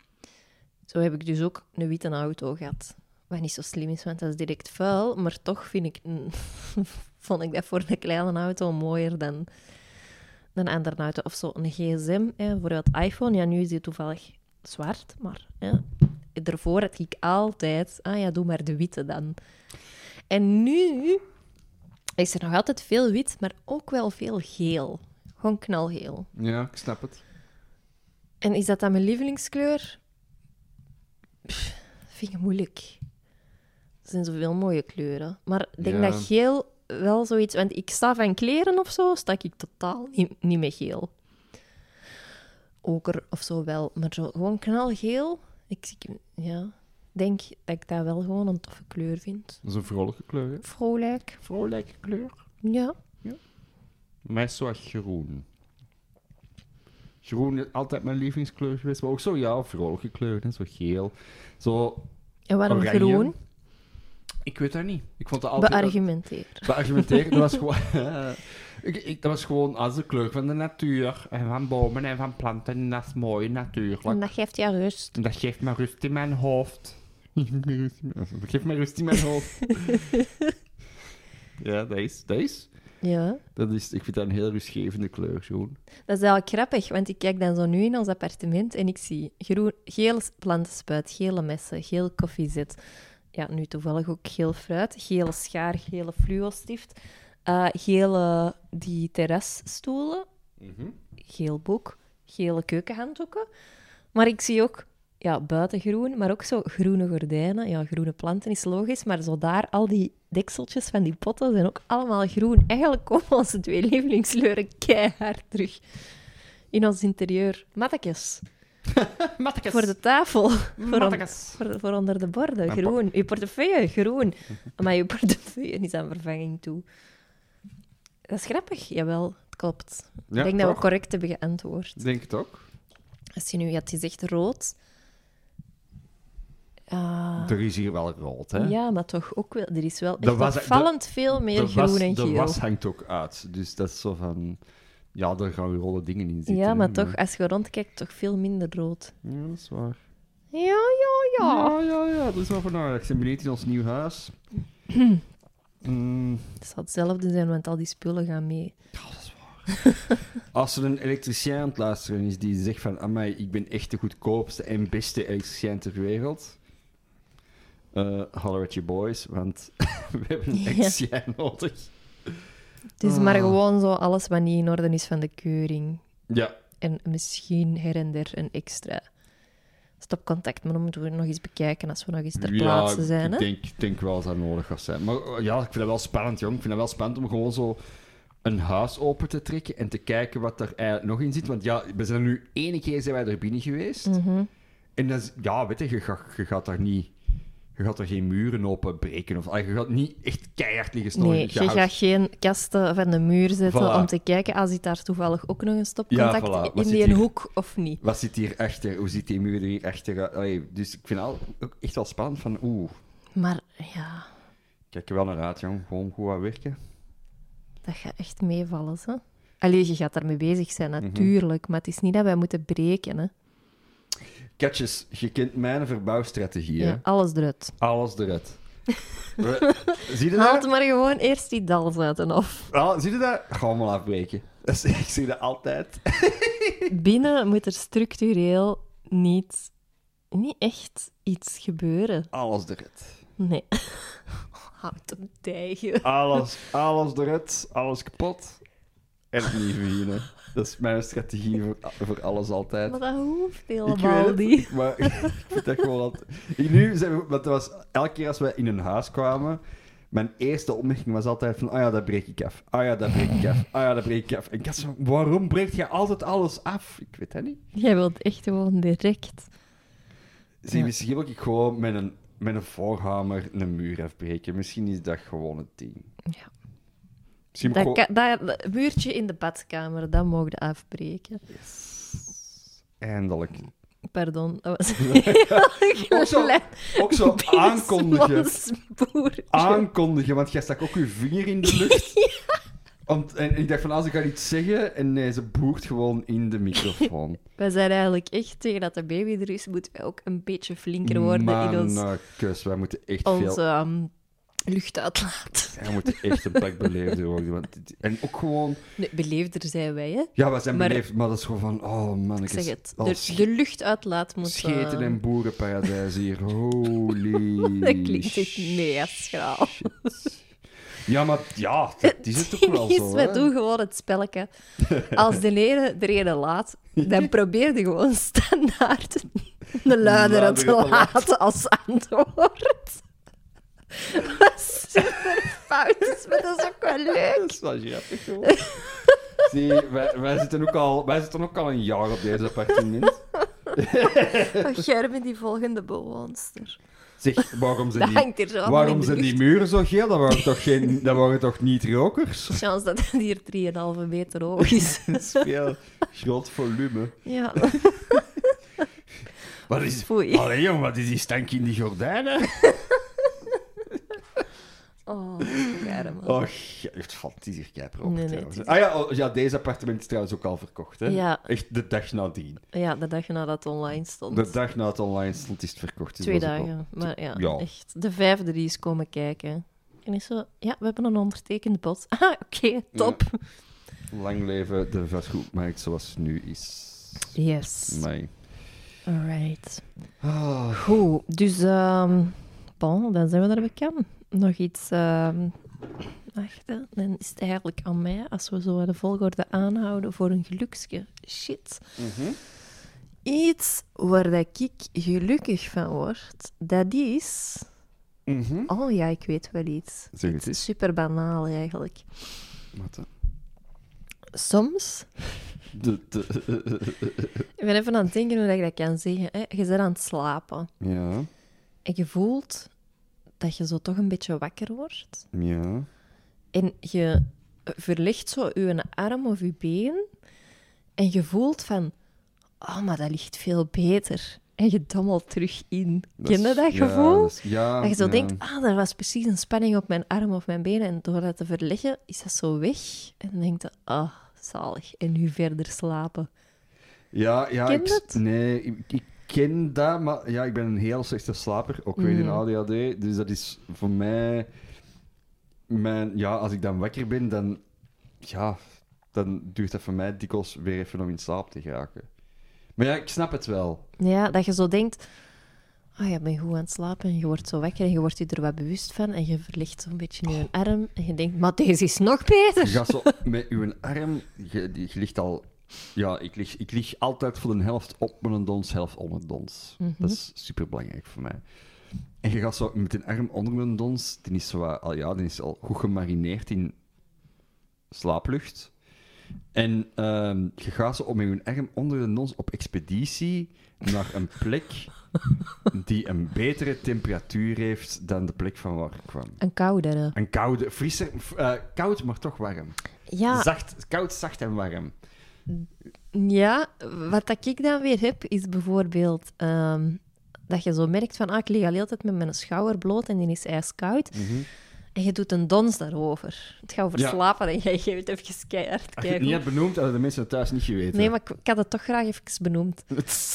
Zo heb ik dus ook een witte auto gehad. Wat niet zo slim is, want dat is direct vuil. Maar toch vind ik, vond ik dat voor een kleine auto mooier dan, dan een andere auto. Of zo een gsm, hè, bijvoorbeeld iPhone. Ja, nu is die toevallig zwart, maar hè, daarvoor had ik altijd... Ah ja, doe maar de witte dan. En nu is er nog altijd veel wit, maar ook wel veel geel. Gewoon knalgeel. Ja, ik snap het. En is dat dan mijn lievelingskleur? Pff, vind ik moeilijk. Er zijn zoveel mooie kleuren. Maar ik denk Ja. dat geel wel zoiets... Want ik sta van kleren of zo, sta ik totaal niet, niet met geel. Oker of zo wel, maar zo gewoon knalgeel. Ik zie- ja, denk dat ik dat wel gewoon een toffe kleur vind. Dat is een vrolijke kleur, hè? Vrolijk. Vrolijke kleur. Ja. Mij is zo groen. Groen is altijd mijn lievelingskleur geweest, maar ook zo, ja, vrolijke kleur, hè? Zo geel. Zo En waarom oranje. groen? Ik weet dat niet. Ik vond dat altijd... Beargumenteer. Beargumenteren, dat was gewoon... ik, ik, dat was gewoon als de kleur van de natuur. En van bomen en van planten. En dat is mooi, natuurlijk. En dat geeft jou rust. En dat geeft me rust in mijn hoofd. Dat geeft me rust in mijn hoofd. Ja, dat is... Dat is... Ja. Dat is, ik vind dat een heel rustgevende kleur, groen. Dat is eigenlijk grappig, want ik kijk dan zo nu in ons appartement en ik zie groen, geel plantenspuit, gele messen, geel koffiezet. Ja, nu toevallig ook geel fruit, gele schaar, gele fluostift, uh, gele die terrasstoelen, Mm-hmm. geel boek, gele keukenhanddoeken. Maar ik zie ook ja, buitengroen, maar ook zo groene gordijnen. Ja, groene planten is logisch, maar zo daar, al die dekseltjes van die potten zijn ook allemaal groen. Eigenlijk komen onze twee lievelingskleuren keihard terug in ons interieur. Mattekes. Mattekes. Voor de tafel. Voor, on- Mattekes. voor, voor onder de borden. Mijn Groen. Je portefeuille, groen. Maar je portefeuille is aan vervanging toe. Dat is grappig. Jawel, het klopt. Ja, ik denk dat we toch? correct hebben geantwoord. Denk het ook. Als je nu had gezegd rood... Ah, Er is hier wel rood, hè? ja, maar toch ook wel... Er is wel De echt was- opvallend veel meer de groen was, en de geel. was hangt ook uit. Dus dat is zo van... Ja, daar gaan rode dingen in zitten. Ja, maar hè, toch, als je rondkijkt, toch veel minder rood. Ja, dat is waar. Ja, ja, ja. Ja, ja, ja. Dat is wel van nou. Ik ben benieuwd in ons nieuw huis. Mm, Het zal hetzelfde zijn, want al die spullen gaan mee. ja, dat is waar. Als er een elektricien aan het luisteren is die zegt van... Amai, ik ben echt de goedkoopste en beste elektricien ter wereld. Uh, holler at your boys, want we hebben een Ja. elektricien nodig. Het is maar Ah. gewoon zo alles wat niet in orde is van de keuring. Ja. En misschien her en der een extra stopcontact. Maar dan moeten we nog eens bekijken als we nog eens ter plaatse zijn. ik Hè? denk, ik denk wel dat dat nodig gaat zijn. Maar uh, ja, ik vind dat wel spannend, jong. Ik vind dat wel spannend om gewoon zo een huis open te trekken en te kijken wat er eigenlijk nog in zit. Want ja, we zijn er nu één keer zijn wij er binnen geweest. Mhm. En dat is, ja, weet je, je, gaat- je gaat daar niet... Je gaat er geen muren openbreken. Of, ah, je gaat niet echt keihard liggen snoren. Nee, je gaat geen kasten van de muur zetten Voilà. om te kijken, als zit daar toevallig ook nog een stopcontact Ja, voilà. Wat in zit die hier? hoek of niet. Wat zit hier achter? Hoe ziet die muur er hier achter? Allee, dus ik vind het al- ook echt wel spannend van... Oeh, Maar ja, kijk er wel naar uit, jong. Gewoon goed aan werken. dat gaat echt meevallen. Hè? Allee, je gaat daarmee bezig zijn, Mhm. natuurlijk. Maar het is niet dat wij moeten breken. Hè? Katjes, je kent mijn verbouwstrategie, hè? Ja, alles eruit. Alles eruit. We- zie je Haal dat? maar gewoon eerst die dals uit en af. Ah, zie je dat? Gewoon maar afbreken. Dat is, ik zeg dat altijd. Binnen moet er structureel niet, niet echt iets gebeuren. Alles eruit. Nee. Houd hem tegen. Alles, alles eruit. Alles kapot. En opnieuw beginnen. Dat is mijn strategie voor, voor alles altijd. Maar dat hoeft Ik helemaal weet het, niet. maar ik vind dat gewoon altijd... Ik, nu zijn we, want dat was elke keer als we in een huis kwamen, mijn eerste opmerking was altijd van, ah ja, dat breek ik af. Ah ja, dat breek ik af. Ah ja, dat breek ik af. En ik had zo, waarom breekt je altijd alles af? Ik weet dat niet. Jij wilt echt gewoon direct. Zie, Ja. misschien wil ik gewoon met een, met een voorhamer een muur afbreken. Misschien is dat gewoon het ding. Ja. Misschien moet ik Dat, gewoon... ka- dat, dat muurtje in de badkamer, dat mogen we afbreken. Eindelijk. Pardon. Dat was Ook zo, ook zo aankondigen. Spoor. Aankondigen, want jij stak ook je vinger in de lucht. Want, en ik dacht van, als ik ga iets zeggen, en nee, ze boert gewoon in de microfoon. Wij zijn eigenlijk echt tegen dat de baby er is, moeten wij ook een beetje flinker worden in ons, Mannekes, wij moeten echt onze veel... um, luchtuitlaat. Wij moeten echt een pak beleefder worden. Want dit- en ook gewoon... Nee, beleefder zijn wij, hè? Ja, we zijn Maar- beleefd, maar dat is gewoon van... Oh, Ik mannekes. zeg het. Oh, De, sch- de luchtuitlaat moet... Scheten eh, en boerenparadijs hier. Holy Dat klinkt echt mega schraal. shit. Ja, maar ja, dat is het toch wel Is, zo, we hè? doen gewoon het spelletje. Als de ene de ene laat, dan probeer je gewoon standaard de luidere te Luidere te laten als antwoord. Wat super fout is, maar dat is ook wel leuk. Dat is wel grappig, hoor. Zie, wij, wij, zitten ook al, wij zitten ook al een jaar op deze appartement. Oh, Gerben, die volgende bewoonster. Zeg, waarom zijn Dat die, hangt er zo allemaal waarom in de zijn die lucht. muren zo geel? Dat waren toch, geen, dat waren toch niet rokers? Chance dat het hier drieënhalve meter hoog is. Dat is veel groot volume. Ja, Wat is... foei. Allee, jong, wat is die stank in die gordijnen? Oh, Gerben. Och, ja, het valt die zich keiper op, Nee, nee, trouwens. het is- Ah ja, oh, ja, deze appartement is trouwens ook al verkocht, hè? Ja. Echt de dag nadien. Ja, de dag nadat het online stond. De dag na het online stond is het verkocht. Dus Twee dat was ook dagen. Maar ja, Ja. echt. De vijfde die is komen kijken. En is zo, ja, we hebben een ondertekende bod. Ah, oké, top. al lang leven de vastgoedmarkt zoals het nu is. Yes. Nee. Alright. Ah, Goed, dus ehm bon, dan zijn we er bekend. Nog iets... ehm wacht, hè. Dan is het eigenlijk aan mij, als we zo de volgorde aanhouden voor een geluksje. Shit. mhm. Iets waar dat ik gelukkig van word, dat is... Mhm. Oh ja, ik weet wel iets. Zeg het eens. Super banaal eigenlijk. Wat dan? Soms, De, de, ik ben even aan het denken hoe dat ik dat kan zeggen. Hè. Je bent aan het slapen ja, en je voelt dat je zo toch een beetje wakker wordt. ja. En je verlegt zo je arm of je been en je voelt van, oh, maar dat ligt veel beter. En je dommelt terug in. Ken je is- dat ja, gevoel? dat is- ja, Dat je zo ja. denkt, ah, er was precies een spanning op mijn arm of mijn benen. En door dat te verleggen, is dat zo weg. En dan denk je, ah, zalig. En nu verder slapen. Ja, ja. Ken ik, je het? Nee, ik, ik ken dat, maar ja, ik ben een heel slechte slaper. Ook weer in Mm. A D H D. Dus dat is voor mij... mijn, ja, als ik dan wakker ben, dan, ja, dan duurt dat voor mij dikwijls weer even om in slaap te geraken. Maar ja, ik snap het wel. Ja, dat je zo denkt... Oh, je bent goed aan het slapen en je wordt zo wakker en je wordt je er wat bewust van en je verlicht zo'n beetje je arm en je denkt, maar deze is nog Je beter. gaat zo met je arm, je, die- je ligt al... Ja, ik lig, ik lig altijd voor de helft op mijn dons, helft onder de dons. Mhm. Dat is superbelangrijk voor mij. En je gaat zo met een arm onder mijn dons, die is, zo, wat- al, ja, die is al goed gemarineerd in slaaplucht. En ehm, je gaat zo op met je arm onder de dons op expeditie naar een plek die een betere temperatuur heeft dan de plek van waar ik kwam. Een koudere. Een koude, frisser, f- eh, koud, maar toch warm. Ja, Zacht, koud, zacht en warm. ja, wat dat ik dan weer heb, is bijvoorbeeld ehm, dat je zo merkt van, ah, ik lig al de hele tijd met mijn schouder bloot en die is ijskoud. En je doet een dons daarover. Het gaat over Ja. slapen en jij geeft even keihard Als je het kijken. niet hebt benoemd, hadden de mensen het thuis niet geweten. Nee, maar ik, ik had het toch graag even benoemd.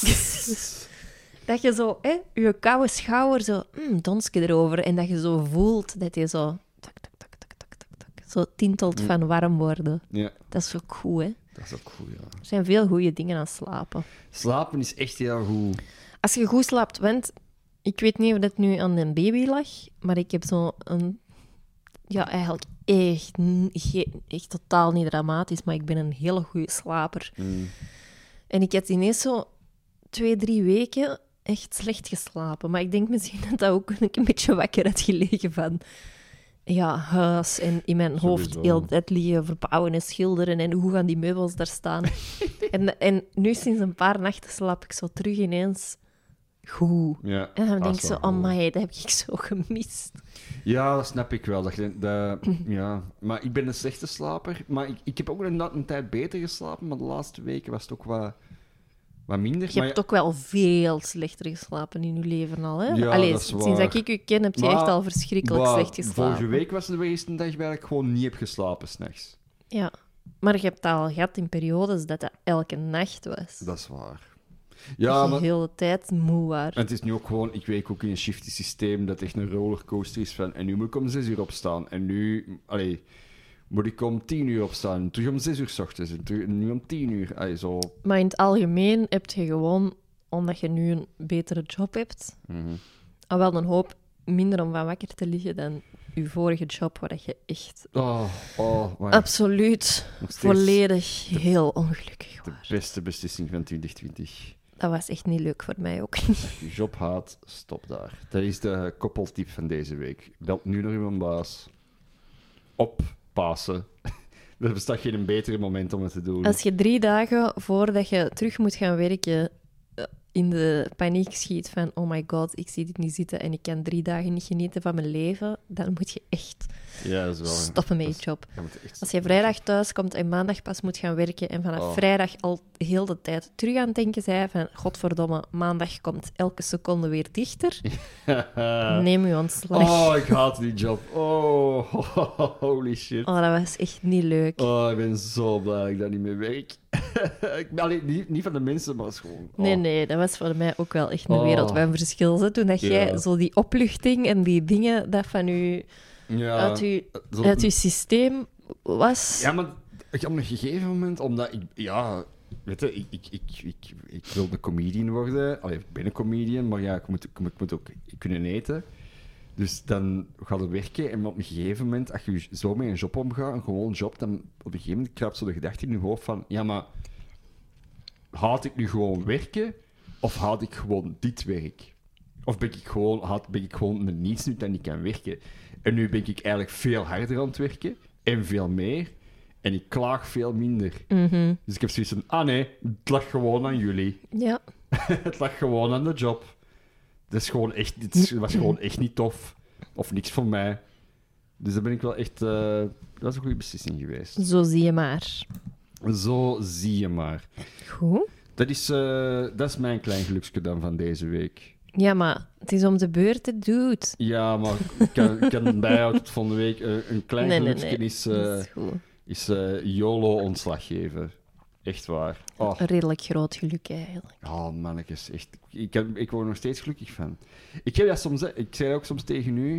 Dat je zo, hè, je koude schouder, zo, mm, donsje erover. En dat je zo voelt dat je zo, tak, tak, tak, tak, tak, tak, tak, zo tintelt Mm. van warm worden. Ja, Dat is ook goed, hè. dat is ook goed, ja. Er zijn veel goede dingen aan slapen. Slapen is echt heel goed. Als je goed slaapt, want ik weet niet of dat nu aan een baby lag, maar ik heb zo een... Ja, eigenlijk echt, n- ge- echt totaal niet dramatisch, maar ik ben een hele goede slaper. Mm. En ik had ineens zo twee, drie weken echt slecht geslapen. Maar ik denk misschien dat dat ook een beetje wakker had gelegen van... Ja, huis en in mijn hoofd Sowieso. heel de tijd liggen verbouwen en schilderen en hoe gaan die meubels daar staan. en, en nu sinds een paar nachten slaap ik zo terug ineens goed. Ja, En dan dat denk is ik wel zo, oh goed. my, dat heb ik zo gemist. Ja, dat snap ik wel. Dat, je- dat, ja. Maar ik ben een slechte slaper. Maar ik, ik heb ook inderdaad een tijd beter geslapen, maar de laatste weken was het ook wat, wat minder. Je maar hebt ook wel veel slechter geslapen in je leven al, hè? Ja, Allee, dat is sinds waar. dat ik u ken, heb je Maar- echt al verschrikkelijk Bah, slecht geslapen. Vorige week was er weer eens een dag waar ik gewoon niet heb geslapen s'nachts. Ja, maar je hebt dat al gehad in periodes dat dat elke nacht was. Dat is waar. Dat Ja, je maar de hele tijd moe was. en het is nu ook gewoon... Ik weet ook in een shifty systeem dat het echt een rollercoaster is van... En nu moet ik om zes uur opstaan. En nu... Allee, moet ik om tien uur opstaan. Terug om zes uur 's ochtends. En terug- nu om tien uur. Allee, zo... Maar in het algemeen heb je gewoon, omdat je nu een betere job hebt, Mhm. al wel een hoop minder om van wakker te liggen dan je vorige job, waar dat je echt Oh, oh, maar absoluut nog steeds volledig heel ongelukkig de was. beste beslissing van twintig twintig. Dat was echt niet leuk voor mij ook niet. Als je job haat, stop daar. Dat is de koppeltip van deze week. Belt nu naar uw baas. Op Pasen. Er bestaat geen betere moment om het te doen. Als je drie dagen voordat je terug moet gaan werken eh, in de paniek schiet van oh my god, ik zie dit niet zitten en ik kan drie dagen niet genieten van mijn leven, dan moet je echt Ja, dat is wel... stoppen met je dat is- job. je moet echt Als je vrijdag thuis komt en maandag pas moet gaan werken en vanaf Oh. vrijdag al heel de tijd terug aan het denken zij van godverdomme, maandag komt elke seconde weer dichter, neem je ontslag. Oh, ik haat die job. Oh, holy shit. Oh, dat was echt niet leuk. Oh, ik ben zo blij dat ik daar niet mee werk. ik, allee, niet, niet van de mensen, maar het is gewoon... oh. Nee, nee, dat was voor mij ook wel echt een Oh. wereld van verschil. Hè? Toen dat Ja. jij zo die opluchting en die dingen dat van je, Ja, uit, je, zo- uit je systeem was... Ja, maar op een gegeven moment, omdat ik... Ja, weet je, ik, ik, ik, ik, ik wil een comedian worden. Allee, ik ben een comedian, maar ja, ik moet, ik, moet- ik moet ook kunnen eten. Dus dan gaat het werken en op een gegeven moment, als je zo met een job omgaat, een gewoon job, dan op een gegeven moment kruipt zo de gedachte in je hoofd van, ja, maar haat ik nu gewoon werken of haat ik gewoon dit werk? Of ben ik gewoon, haat, ben ik gewoon een nietsnut en ik kan werken? En nu ben ik eigenlijk veel harder aan het werken en veel meer en ik klaag veel minder. Mhm. Dus ik heb zoiets van, ah nee, het lag gewoon aan jullie. Ja, Het lag gewoon aan de job. Dat is gewoon echt, dit is- was gewoon echt niet tof. Of niks voor mij. Dus daar ben ik wel echt... eh, dat is een goede beslissing geweest. zo zie je maar. Zo zie je maar. Goed. Dat is, eh, dat is mijn klein geluksje dan van deze week. Ja, maar het is om de beurt, het doet. Ja, maar ik kan, ik kan bijhouden tot volgende week. Eh, een klein Nee, nee, geluksje nee. is, Dat eh, is goed. is eh, YOLO-ontslag geven. Echt waar. Oh, Een redelijk groot geluk eigenlijk. oh mannetjes, echt. Ik, kan, ik word er nog steeds gelukkig van. Ik heb dat soms, hè, ik zeg dat ook soms tegen u.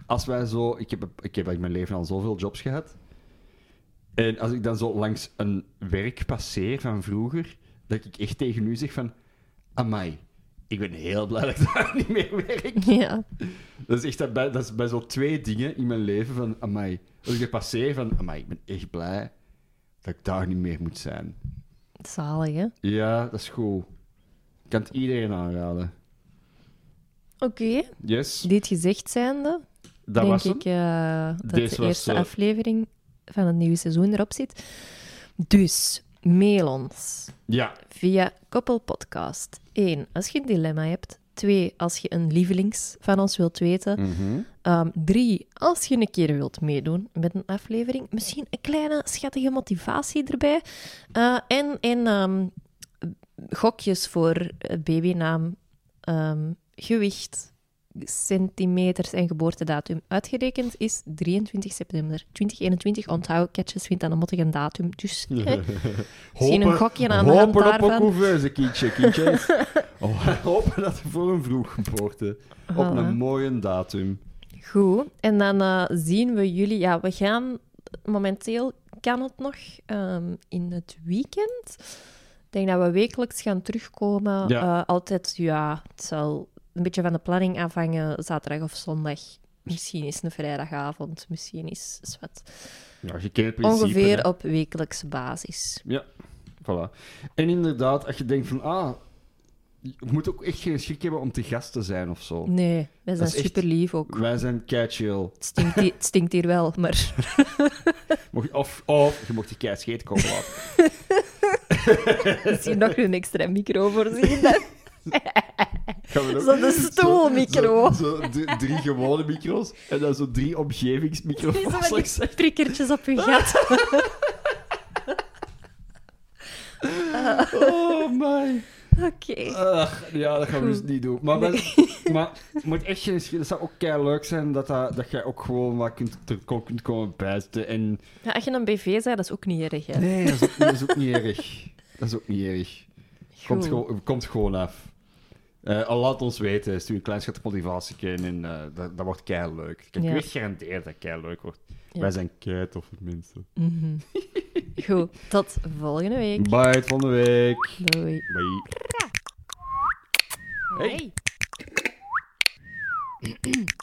als wij zo... Ik heb, ik heb in mijn leven al zoveel jobs gehad. En als ik dan zo langs een werk passeer van vroeger, dat ik echt tegen u zeg van... Amai, ik ben heel blij dat ik daar niet meer werk. Ja. Dat is echt dat bij, dat is bij zo twee dingen in mijn leven van... Amai, als ik er passeer van... Amai, ik ben echt blij dat ik daar niet meer moet zijn. Zalig, hè? Ja, dat is goed. Ik kan het iedereen aanraden. Oké. Yes, Dit gezegd zijnde, dat denk was hem. ik eh, dat Deze de was, eerste eh, aflevering van het nieuwe seizoen erop zit. Dus, mail ons Ja, via Koppelpodcast. één. Als je een dilemma hebt. Twee. Als je een lievelings van ons wilt weten. mhm. Um, drie. Als je een keer wilt meedoen met een aflevering. Misschien een kleine schattige motivatie erbij. Uh, en en um, gokjes voor babynaam, um, gewicht, centimeters en geboortedatum. Uitgerekend is drieëntwintig september tweeduizend eenentwintig. Onthoud, Catches vindt dat een mottige datum. Dus eh, misschien een gokje aan de hand hopen op een daarvan. couveuse, kindje. kindje. Oh, hopen dat voor een vroeggeboorte. Op Voilà. een mooie datum. Goed. En dan uh, zien we jullie... Ja, we gaan... Momenteel kan het nog um, in het weekend. Ik denk dat we wekelijks gaan terugkomen. Ja. Uh, altijd, ja, het zal een beetje van de planning afhangen. Zaterdag of zondag. Misschien is het een vrijdagavond. Misschien is het wat. Ja, je kent het principe. Ongeveer hè. op wekelijkse basis. Ja, voilà. En inderdaad, als je denkt van... Ah, je moet ook echt geen schrik hebben om te gast te zijn of zo. Nee, wij zijn is echt- super lief ook. Wij zijn kei chill. Het stinkt, hier, het stinkt hier wel, maar... Mocht- Of, of je mocht die kei scheet komen laten. Is hier nog een extra micro voorzien? Dan? Gaan we nog- Zo de stoelmicro. Zo, zo d- drie gewone micro's en dan zo drie omgevingsmicrofoons. Zo langs- die prikkertjes op je gat. Oh my. Oké. Ach, ja, dat gaan we dus Goed. niet doen. Maar, wij- maar het moet echt geen schil. Het zou ook kei leuk zijn dat, dat, dat jij ook gewoon wat kunt, er kon- kunt komen bijzitten. En... Ja, als je een B V bent, dat is ook niet erg, hè? Nee, dat is, ook, dat is ook niet erg. Dat is ook niet erg. Komt Goed. gewoon, komt gewoon af. Eh, al laat ons weten, stuur een klein schattig motivatie in en eh, dat, dat wordt kei leuk. Ik Ja. weet garanderen dat het kei leuk wordt. Ja. Wij zijn kei toffe mensen. Mhm. Goed, tot volgende week. Bye, tot volgende week. Doei. Bye. Hey. Hey.